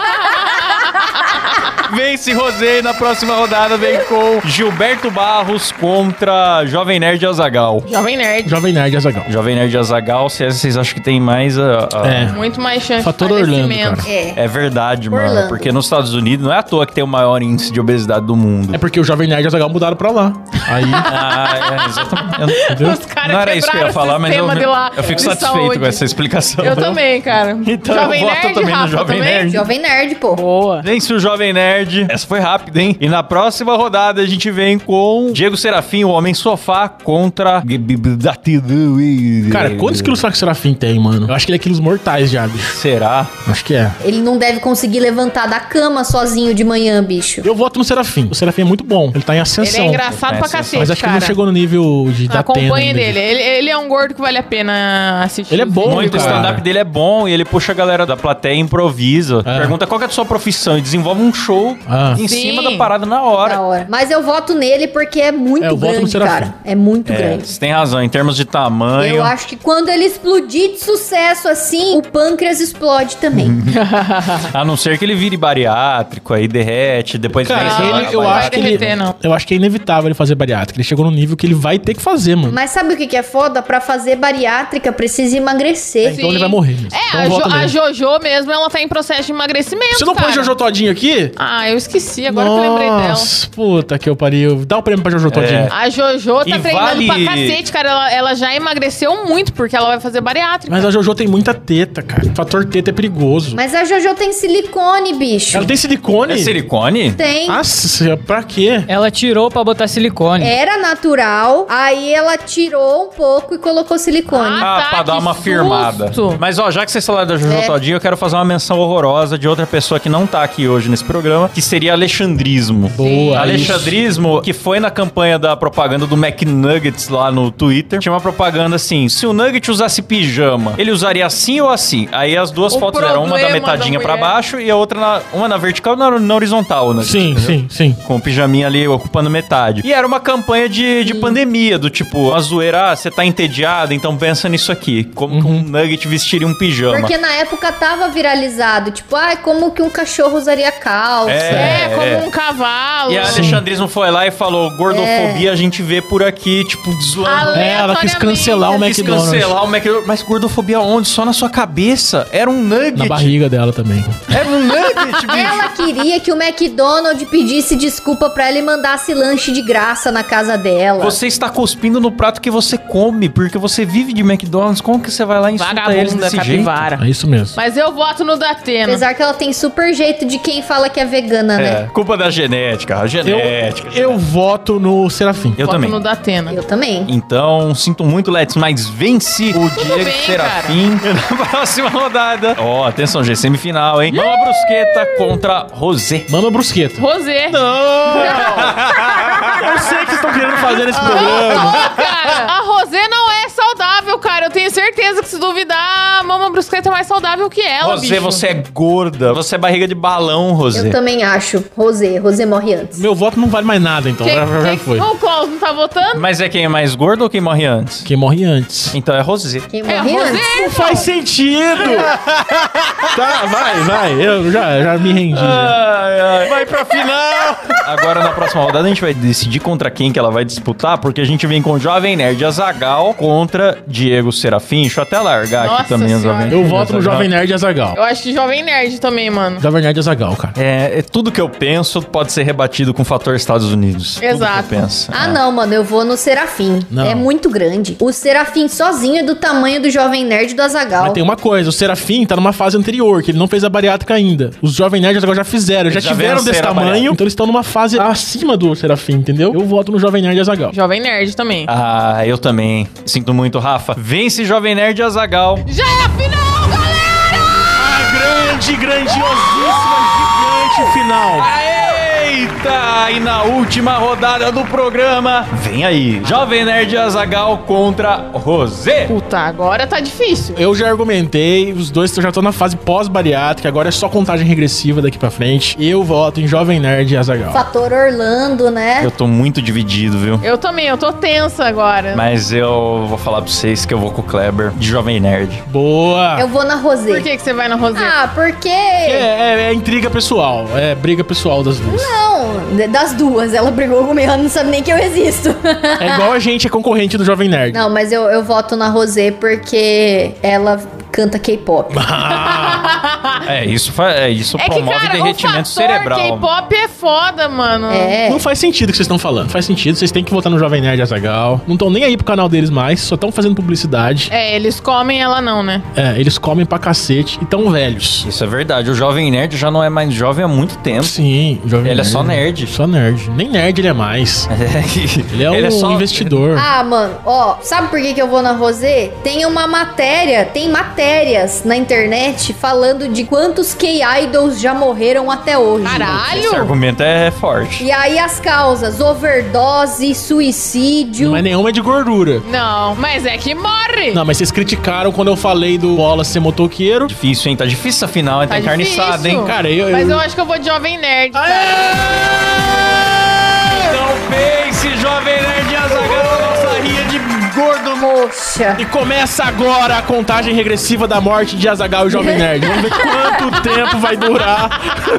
Speaker 1: Vence Rosé e na próxima rodada vem com Gilberto Barros contra Jovem Nerd Azagal.
Speaker 3: Jovem Nerd.
Speaker 2: Jovem Nerd Azaghal.
Speaker 1: Jovem Nerd Azagal, vocês acham que tem mais a... a-
Speaker 2: É.
Speaker 3: Muito mais chance
Speaker 2: Fator
Speaker 3: de
Speaker 2: Orlando,
Speaker 3: falecimento.
Speaker 2: cara.
Speaker 4: É.
Speaker 1: É verdade, mano.
Speaker 4: Orlando.
Speaker 1: Porque nos Estados Unidos não é à toa que tem o maior índice de obesidade do mundo.
Speaker 2: É porque o Jovem Nerd Azaghal mudaram pra lá. Aí,
Speaker 1: Ah, é, exatamente. Eu-
Speaker 2: entendeu?
Speaker 3: Os caras
Speaker 1: Não era isso que eu ia
Speaker 3: quebraram o
Speaker 1: falar, mas eu,
Speaker 3: sistema de lá,
Speaker 1: eu fico
Speaker 3: de
Speaker 1: satisfeito
Speaker 3: saúde.
Speaker 1: com essa explicação.
Speaker 3: Eu também, cara.
Speaker 1: Então eu voto também no
Speaker 3: Rafa,
Speaker 1: Jovem
Speaker 3: também?
Speaker 1: Nerd.
Speaker 4: Jovem Nerd, pô.
Speaker 3: Boa.
Speaker 1: Vence o Jovem Nerd. Essa foi rápida, hein? E na próxima rodada a gente vem com Diego Serafim, o Homem Sofá, contra...
Speaker 2: Cara, quantos quilos será que o Serafim tem, mano? Eu acho que ele é quilos mortais já, bicho.
Speaker 1: Será?
Speaker 2: Acho que é.
Speaker 4: Ele não deve conseguir levantar da cama sozinho de manhã, bicho.
Speaker 2: Eu voto no Serafim. O Serafim é muito bom. Ele tá em
Speaker 3: Ele
Speaker 2: ascensão.
Speaker 3: é engraçado
Speaker 1: É,
Speaker 3: pra
Speaker 1: sim.
Speaker 3: cacete,
Speaker 2: Mas acho que
Speaker 3: cara.
Speaker 2: ele não chegou no nível de da
Speaker 3: Acompanhe
Speaker 2: Atena ainda.
Speaker 3: dele. Ele, ele é um gordo que vale a pena assistir.
Speaker 2: Ele é bom,
Speaker 1: Muito, o
Speaker 2: cara.
Speaker 1: stand-up dele é bom e ele puxa a galera da plateia e improvisa.
Speaker 2: É.
Speaker 1: Pergunta qual que é a sua profissão e desenvolve um show
Speaker 2: Ah.
Speaker 1: em
Speaker 3: Sim.
Speaker 1: cima da parada na hora.
Speaker 4: Da hora. Mas eu voto nele porque é muito
Speaker 2: É, eu voto no
Speaker 4: grande,
Speaker 2: Serafim.
Speaker 4: cara. É muito
Speaker 1: É,
Speaker 4: grande.
Speaker 1: você tem razão, em termos de tamanho.
Speaker 4: Eu acho que quando ele explodir de sucesso assim, o pâncreas explode também.
Speaker 1: A não ser que ele vire bariátrico, aí derrete, depois
Speaker 2: Cara,
Speaker 1: vence a-
Speaker 2: ele,
Speaker 1: a
Speaker 2: eu
Speaker 3: vai
Speaker 2: acho que
Speaker 3: derreter,
Speaker 2: ele,
Speaker 3: não.
Speaker 2: eu acho que é inevitável ele fazer bariátrica. Ele chegou no nível que ele vai ter que fazer, mano.
Speaker 4: Mas sabe o que, que é foda? Pra fazer bariátrica, precisa emagrecer.
Speaker 2: Então ele vai morrer mesmo.
Speaker 3: É,
Speaker 2: Então
Speaker 3: a,
Speaker 2: vota
Speaker 3: jo, a
Speaker 2: nele.
Speaker 3: Jojo mesmo, ela tá em processo de emagrecimento,
Speaker 2: Você não põe
Speaker 3: cara.
Speaker 2: Jojo Todinho aqui?
Speaker 3: Ah, eu esqueci, agora que eu lembrei dela.
Speaker 2: Nossa, puta que eu pariu. Dá o prêmio pra Jojo Todinho.
Speaker 3: A Jojo tá
Speaker 1: E
Speaker 3: treinando
Speaker 1: vale-
Speaker 3: pra cacete, cara. Ela, ela já emagreceu muito, porque ela vai fazer bariátrica.
Speaker 2: Mas a Jojo tem muita teta, cara. O fator teta é perigoso.
Speaker 4: Mas a Jojo tem silicone, bicho.
Speaker 2: Ela tem silicone?
Speaker 1: É silicone?
Speaker 4: Tem.
Speaker 2: Nossa, pra quê?
Speaker 5: Ela tirou pra botar silicone.
Speaker 4: Era natural, aí ela tirou um pouco e colocou silicone.
Speaker 1: Ah,
Speaker 3: tá,
Speaker 1: pra dar
Speaker 3: que
Speaker 1: uma
Speaker 3: susto.
Speaker 1: firmada. Mas, ó, já que vocês falaram da Jojo
Speaker 4: É.
Speaker 1: Todinho, eu quero fazer uma menção horrorosa de outra pessoa que não tá aqui hoje nesse programa, que seria Alexandrismo.
Speaker 2: Boa,
Speaker 1: Alexandrismo, que foi na campanha da propaganda do McNuggets lá no Twitter. Tinha uma propaganda assim, se o Nugget usasse pijama, ele usaria assim ou assim? Aí as duas
Speaker 3: O
Speaker 1: fotos eram uma da
Speaker 3: problema
Speaker 1: metadinha
Speaker 3: da
Speaker 1: pra
Speaker 3: mulher.
Speaker 1: baixo e a outra na, uma na vertical e na, na horizontal, né?
Speaker 2: Sim, sim, sim.
Speaker 1: Com o pijaminha ali ocupando metade. E era uma campanha de, de pandemia, do tipo, a zoeira, ah, você tá entediado, então pensa nisso aqui. Como que um nugget vestiria um pijama?
Speaker 4: Porque na época tava viralizado, tipo, ai, como que um cachorro usaria calça.
Speaker 3: É,
Speaker 1: É,
Speaker 3: como
Speaker 1: é.
Speaker 3: um cavalo.
Speaker 1: E a Alexandrismo foi lá e falou, gordofobia a gente vê por aqui, tipo, zoando.
Speaker 3: Ale-
Speaker 2: É, ela quis cancelar o
Speaker 1: Quis
Speaker 2: McDonald's.
Speaker 1: cancelar o McDonald's. Mas gordofobia onde? Só na sua cabeça. Era um nugget.
Speaker 2: Na barriga dela também.
Speaker 1: Era um nugget, bicho.
Speaker 4: Ela queria que o McDonald's pedisse desculpa pra ela e mandasse lanche de graça na casa dela.
Speaker 1: Você está cuspindo no prato que você come, porque você vive de McDonald's. Como que você vai lá e insulta eles
Speaker 3: Vagabunda,
Speaker 1: desse jeito?
Speaker 3: capivara.
Speaker 2: É isso mesmo.
Speaker 3: Mas eu voto no Datena.
Speaker 4: Apesar que ela tem super jeito de quem fala que é vegana, né?
Speaker 1: É, culpa da genética, a
Speaker 2: Eu,
Speaker 1: genética.
Speaker 2: eu voto no Serafim.
Speaker 1: Eu
Speaker 3: voto
Speaker 1: também.
Speaker 3: no Datena.
Speaker 4: Eu também.
Speaker 1: Então, sinto muito, Let's, mas vence o Diego
Speaker 3: bem,
Speaker 1: Serafim na próxima rodada. Ó, atenção, G, semifinal, hein? Mama Brusqueta contra Rosé.
Speaker 2: Mama Brusqueta.
Speaker 3: Rosé.
Speaker 2: Não! Eu sei o que vocês estão querendo fazer nesse programa.
Speaker 3: Pô, cara, a Rosé não é saudável, cara. Eu tenho certeza que se duvidar, a Mama Brusqueta é mais saudável que ela,
Speaker 1: Rosé,
Speaker 3: bicho.
Speaker 1: você é gorda. Você é barriga de balão, Rosé.
Speaker 4: Eu também acho. Rosé. Rosé morre antes.
Speaker 2: Meu voto não vale mais nada, então.
Speaker 3: Quem,
Speaker 2: já, já
Speaker 3: quem-
Speaker 2: foi.
Speaker 3: O Klaus não tá votando?
Speaker 1: Mas é quem é mais gordo ou quem morre antes?
Speaker 2: Quem morre antes.
Speaker 1: Então é Rosé.
Speaker 4: Quem
Speaker 3: É,
Speaker 4: morre
Speaker 3: Rosé.
Speaker 4: antes?
Speaker 2: Não faz sentido! Tá, vai, vai. Eu já, já me rendi. já.
Speaker 1: Ai, ai. Vai pra final! Agora, na próxima rodada, a gente vai decidir contra quem que ela vai disputar, porque a gente vem com Jovem Nerd Azaghal contra Diego Serafim. Deixa eu até largar
Speaker 3: Nossa
Speaker 1: aqui também.
Speaker 3: Senhora.
Speaker 1: Jovem
Speaker 2: Eu
Speaker 1: Nerd
Speaker 2: voto no
Speaker 1: Azaghal.
Speaker 2: Jovem Nerd Azaghal.
Speaker 3: Eu acho que Jovem Nerd também, mano.
Speaker 2: Jovem Nerd Azaghal, cara.
Speaker 1: É, é tudo que eu penso pode ser rebatido com o fator Estados Unidos.
Speaker 3: Exato.
Speaker 1: Tudo que eu penso.
Speaker 4: Ah, não, mano, eu vou no Serafim.
Speaker 2: Não.
Speaker 4: É muito grande. O Serafim sozinho é do tamanho do Jovem Nerd do Azaghal.
Speaker 2: Mas tem uma coisa, o Serafim tá numa fase anterior, que ele não fez a bariátrica ainda. Os Jovem Nerds agora já fizeram, já
Speaker 1: Eles já
Speaker 2: tiveram desse
Speaker 1: venceram a
Speaker 2: tamanho,
Speaker 1: bariátrica.
Speaker 2: então eles estão numa fase acima do Serafim, entendeu? Eu voto no Jovem Nerd Azaghal.
Speaker 3: Jovem Nerd também.
Speaker 1: Ah, eu também. Sinto muito, Rafa. Vence Jovem Nerd Azaghal.
Speaker 3: Já é a final, galera!
Speaker 2: A grande, grandiosíssima, gigante final.
Speaker 1: Eita! E na última rodada do programa, vem aí. Jovem Nerd Azaghal contra Rosé.
Speaker 3: Puta, agora tá difícil.
Speaker 2: Eu já argumentei, os dois já estão na fase pós-bariátrica, agora é só contagem regressiva daqui pra frente. Eu voto em Jovem Nerd Azaghal.
Speaker 4: Fator Orlando, né?
Speaker 1: Eu tô muito dividido, viu?
Speaker 3: Eu também, eu tô tensa agora.
Speaker 1: Mas eu vou falar pra vocês que eu vou com o Kleber de Jovem Nerd.
Speaker 2: Boa!
Speaker 4: Eu vou na Rosé.
Speaker 3: Por que, que você vai na Rosé?
Speaker 4: Ah, porque...
Speaker 2: É, é, é intriga pessoal, é briga pessoal das duas.
Speaker 4: Não, das duas. Ela brigou comigo, ela não sabe nem que eu existo.
Speaker 2: É igual a gente é concorrente do Jovem Nerd.
Speaker 4: Não, mas eu, eu voto na Rosé porque ela canta K-pop.
Speaker 1: É, isso, fa- é, isso
Speaker 3: É que,
Speaker 1: promove
Speaker 3: cara,
Speaker 1: derretimento
Speaker 3: o fator
Speaker 1: cerebral.
Speaker 3: K-pop é foda, mano.
Speaker 4: É.
Speaker 2: Não faz sentido o que vocês estão falando. Faz sentido, vocês têm que votar no Jovem Nerd Azaghal. Não estão nem aí pro canal deles mais, só estão fazendo publicidade.
Speaker 3: É, eles comem, ela não, né?
Speaker 2: É, eles comem pra cacete e tão velhos.
Speaker 1: Isso é verdade. O Jovem Nerd já não é mais jovem há muito tempo.
Speaker 2: Sim, Jovem
Speaker 1: Ele é só nerd.
Speaker 2: Só nerd. Nem nerd ele é mais. Ele é um
Speaker 1: só-
Speaker 2: investidor.
Speaker 4: Ah, mano, ó, sabe por que, que eu vou na Rosé? Tem uma matéria, tem matérias na internet falando de quantos K-Idols já morreram até hoje.
Speaker 1: Esse
Speaker 3: Caralho!
Speaker 1: argumento é forte.
Speaker 4: E aí as causas, overdose, suicídio.
Speaker 2: Mas nenhuma é de gordura.
Speaker 3: Não, mas é que morre!
Speaker 2: Não, mas vocês criticaram quando eu falei do Bola ser motoqueiro.
Speaker 1: Difícil, hein? Tá difícil essa final, hein? Tá,
Speaker 3: Tá
Speaker 1: encarniçada,
Speaker 3: difícil.
Speaker 1: hein?
Speaker 2: Cara, eu...
Speaker 3: Mas eu acho que eu vou de Jovem Nerd. cara.
Speaker 1: Então pense, Jovem Nerd Azaghal, nossa ria de gordo.
Speaker 4: Moxa.
Speaker 2: E começa agora a contagem regressiva da morte de Azaghal e Jovem Nerd. Vamos ver quanto tempo vai durar.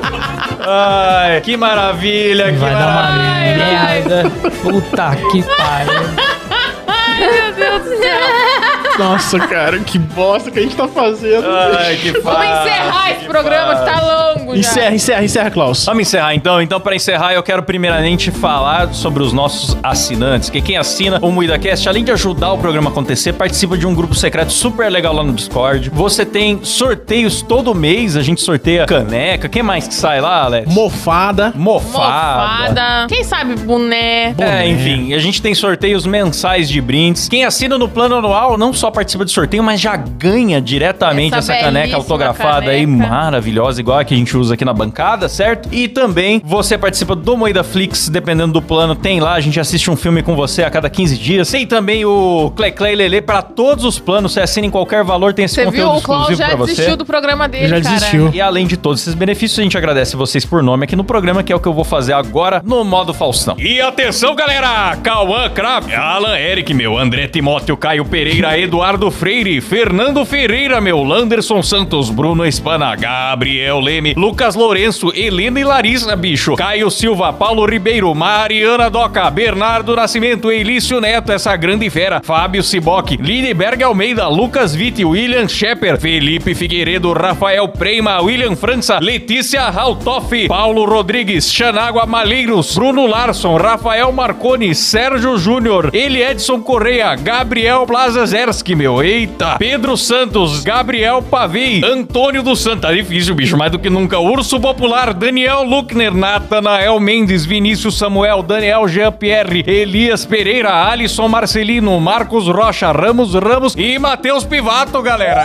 Speaker 1: Ai, que maravilha, que
Speaker 5: Vai dar uma
Speaker 1: maravilha.
Speaker 5: merda. Puta que pariu.
Speaker 3: Meu Deus do céu.
Speaker 2: Nossa, cara, que bosta que a gente tá fazendo.
Speaker 1: Ai, que
Speaker 3: Vamos
Speaker 1: fácil,
Speaker 3: encerrar esse
Speaker 1: que
Speaker 3: programa que
Speaker 1: fácil.
Speaker 3: tá longo já.
Speaker 2: Encerra, encerra, encerra, Klaus.
Speaker 1: Vamos encerrar então. Então, para encerrar, eu quero primeiramente falar sobre os nossos assinantes. Que quem assina o MuidaCast, além de ajudar o programa a acontecer, participa de um grupo secreto super legal lá no Discord. Você tem sorteios todo mês. A gente sorteia caneca. Quem mais que sai lá, Alex?
Speaker 2: Mofada.
Speaker 1: Mofada.
Speaker 3: Mofada. Quem sabe boné.
Speaker 1: É, enfim, a gente tem sorteios mensais de brindes. Quem assina no plano anual não só participa de sorteio, mas já ganha diretamente
Speaker 3: Essa
Speaker 1: essa, caneca
Speaker 3: belíssima
Speaker 1: autografada aí,
Speaker 3: caneca.
Speaker 1: maravilhosa, igual a que a gente usa aqui na bancada, certo? E também você participa do Moída Flix, dependendo do plano, tem lá, a gente assiste um filme com você a cada quinze dias. Tem também o Cleclé e Lelê para todos os planos, você assina em qualquer valor, tem esse
Speaker 3: Você viu?
Speaker 1: conteúdo
Speaker 3: O Klaus
Speaker 1: exclusivo
Speaker 3: já
Speaker 1: pra você.
Speaker 3: desistiu do programa dele,
Speaker 2: Já
Speaker 3: cara.
Speaker 2: desistiu.
Speaker 1: E além de todos esses benefícios, a gente agradece vocês por nome aqui no programa, que é o que eu vou fazer agora no modo Faustão. E atenção, galera! Cauã Kraft, Alan Eric, meu, André Timóteo, Caio Pereira, Eduardo Freire, Fernando Ferreira, meu, Landerson Santos, Bruno Espana, Gabriel Leme, Lucas Lourenço, Helena e Larissa, bicho, Caio Silva, Paulo Ribeiro, Mariana Doca, Bernardo Nascimento, Elício Neto, essa grande fera, Fábio Ciboc, Lineberg Almeida, Lucas Vitti, William Shepper, Felipe Figueiredo, Rafael Preima, William França, Letícia Haltoff, Paulo Rodrigues, Xanágua Malheiros, Bruno Larson, Rafael Marconi, Sérgio Júnior, Eli Edson Correia, Gabriel Blazazerski, meu, eita, Pedro Santos, Gabriel Pavei, Antônio dos Santos, tá difícil, bicho, mais do que nunca, Urso Popular, Daniel Luckner, Natanael Mendes, Vinícius Samuel, Daniel Jean-Pierre, Elias Pereira, Alisson Marcelino, Marcos Rocha, Ramos Ramos e Matheus Pivato, galera.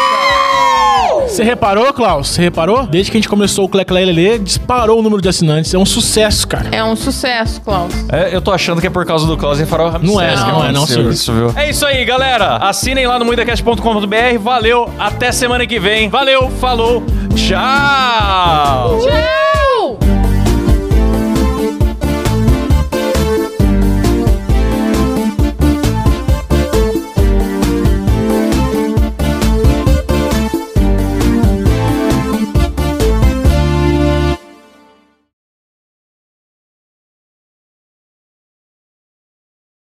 Speaker 1: Eita!
Speaker 2: Você reparou, Klaus? Você reparou? Desde que a gente começou o Cleclé e Lelê, disparou o número de assinantes. É um sucesso, cara.
Speaker 3: É um sucesso, Klaus.
Speaker 1: É, eu tô achando que é por causa do Klaus e Farol Ramsés.
Speaker 2: Não é,
Speaker 1: que
Speaker 2: não é, não,
Speaker 1: aconteceu
Speaker 2: senhor.
Speaker 1: isso, viu? É isso aí, galera. Assinem lá no muidacast ponto com ponto b r. Valeu, até semana que vem. Valeu, falou, tchau!
Speaker 3: Tchau!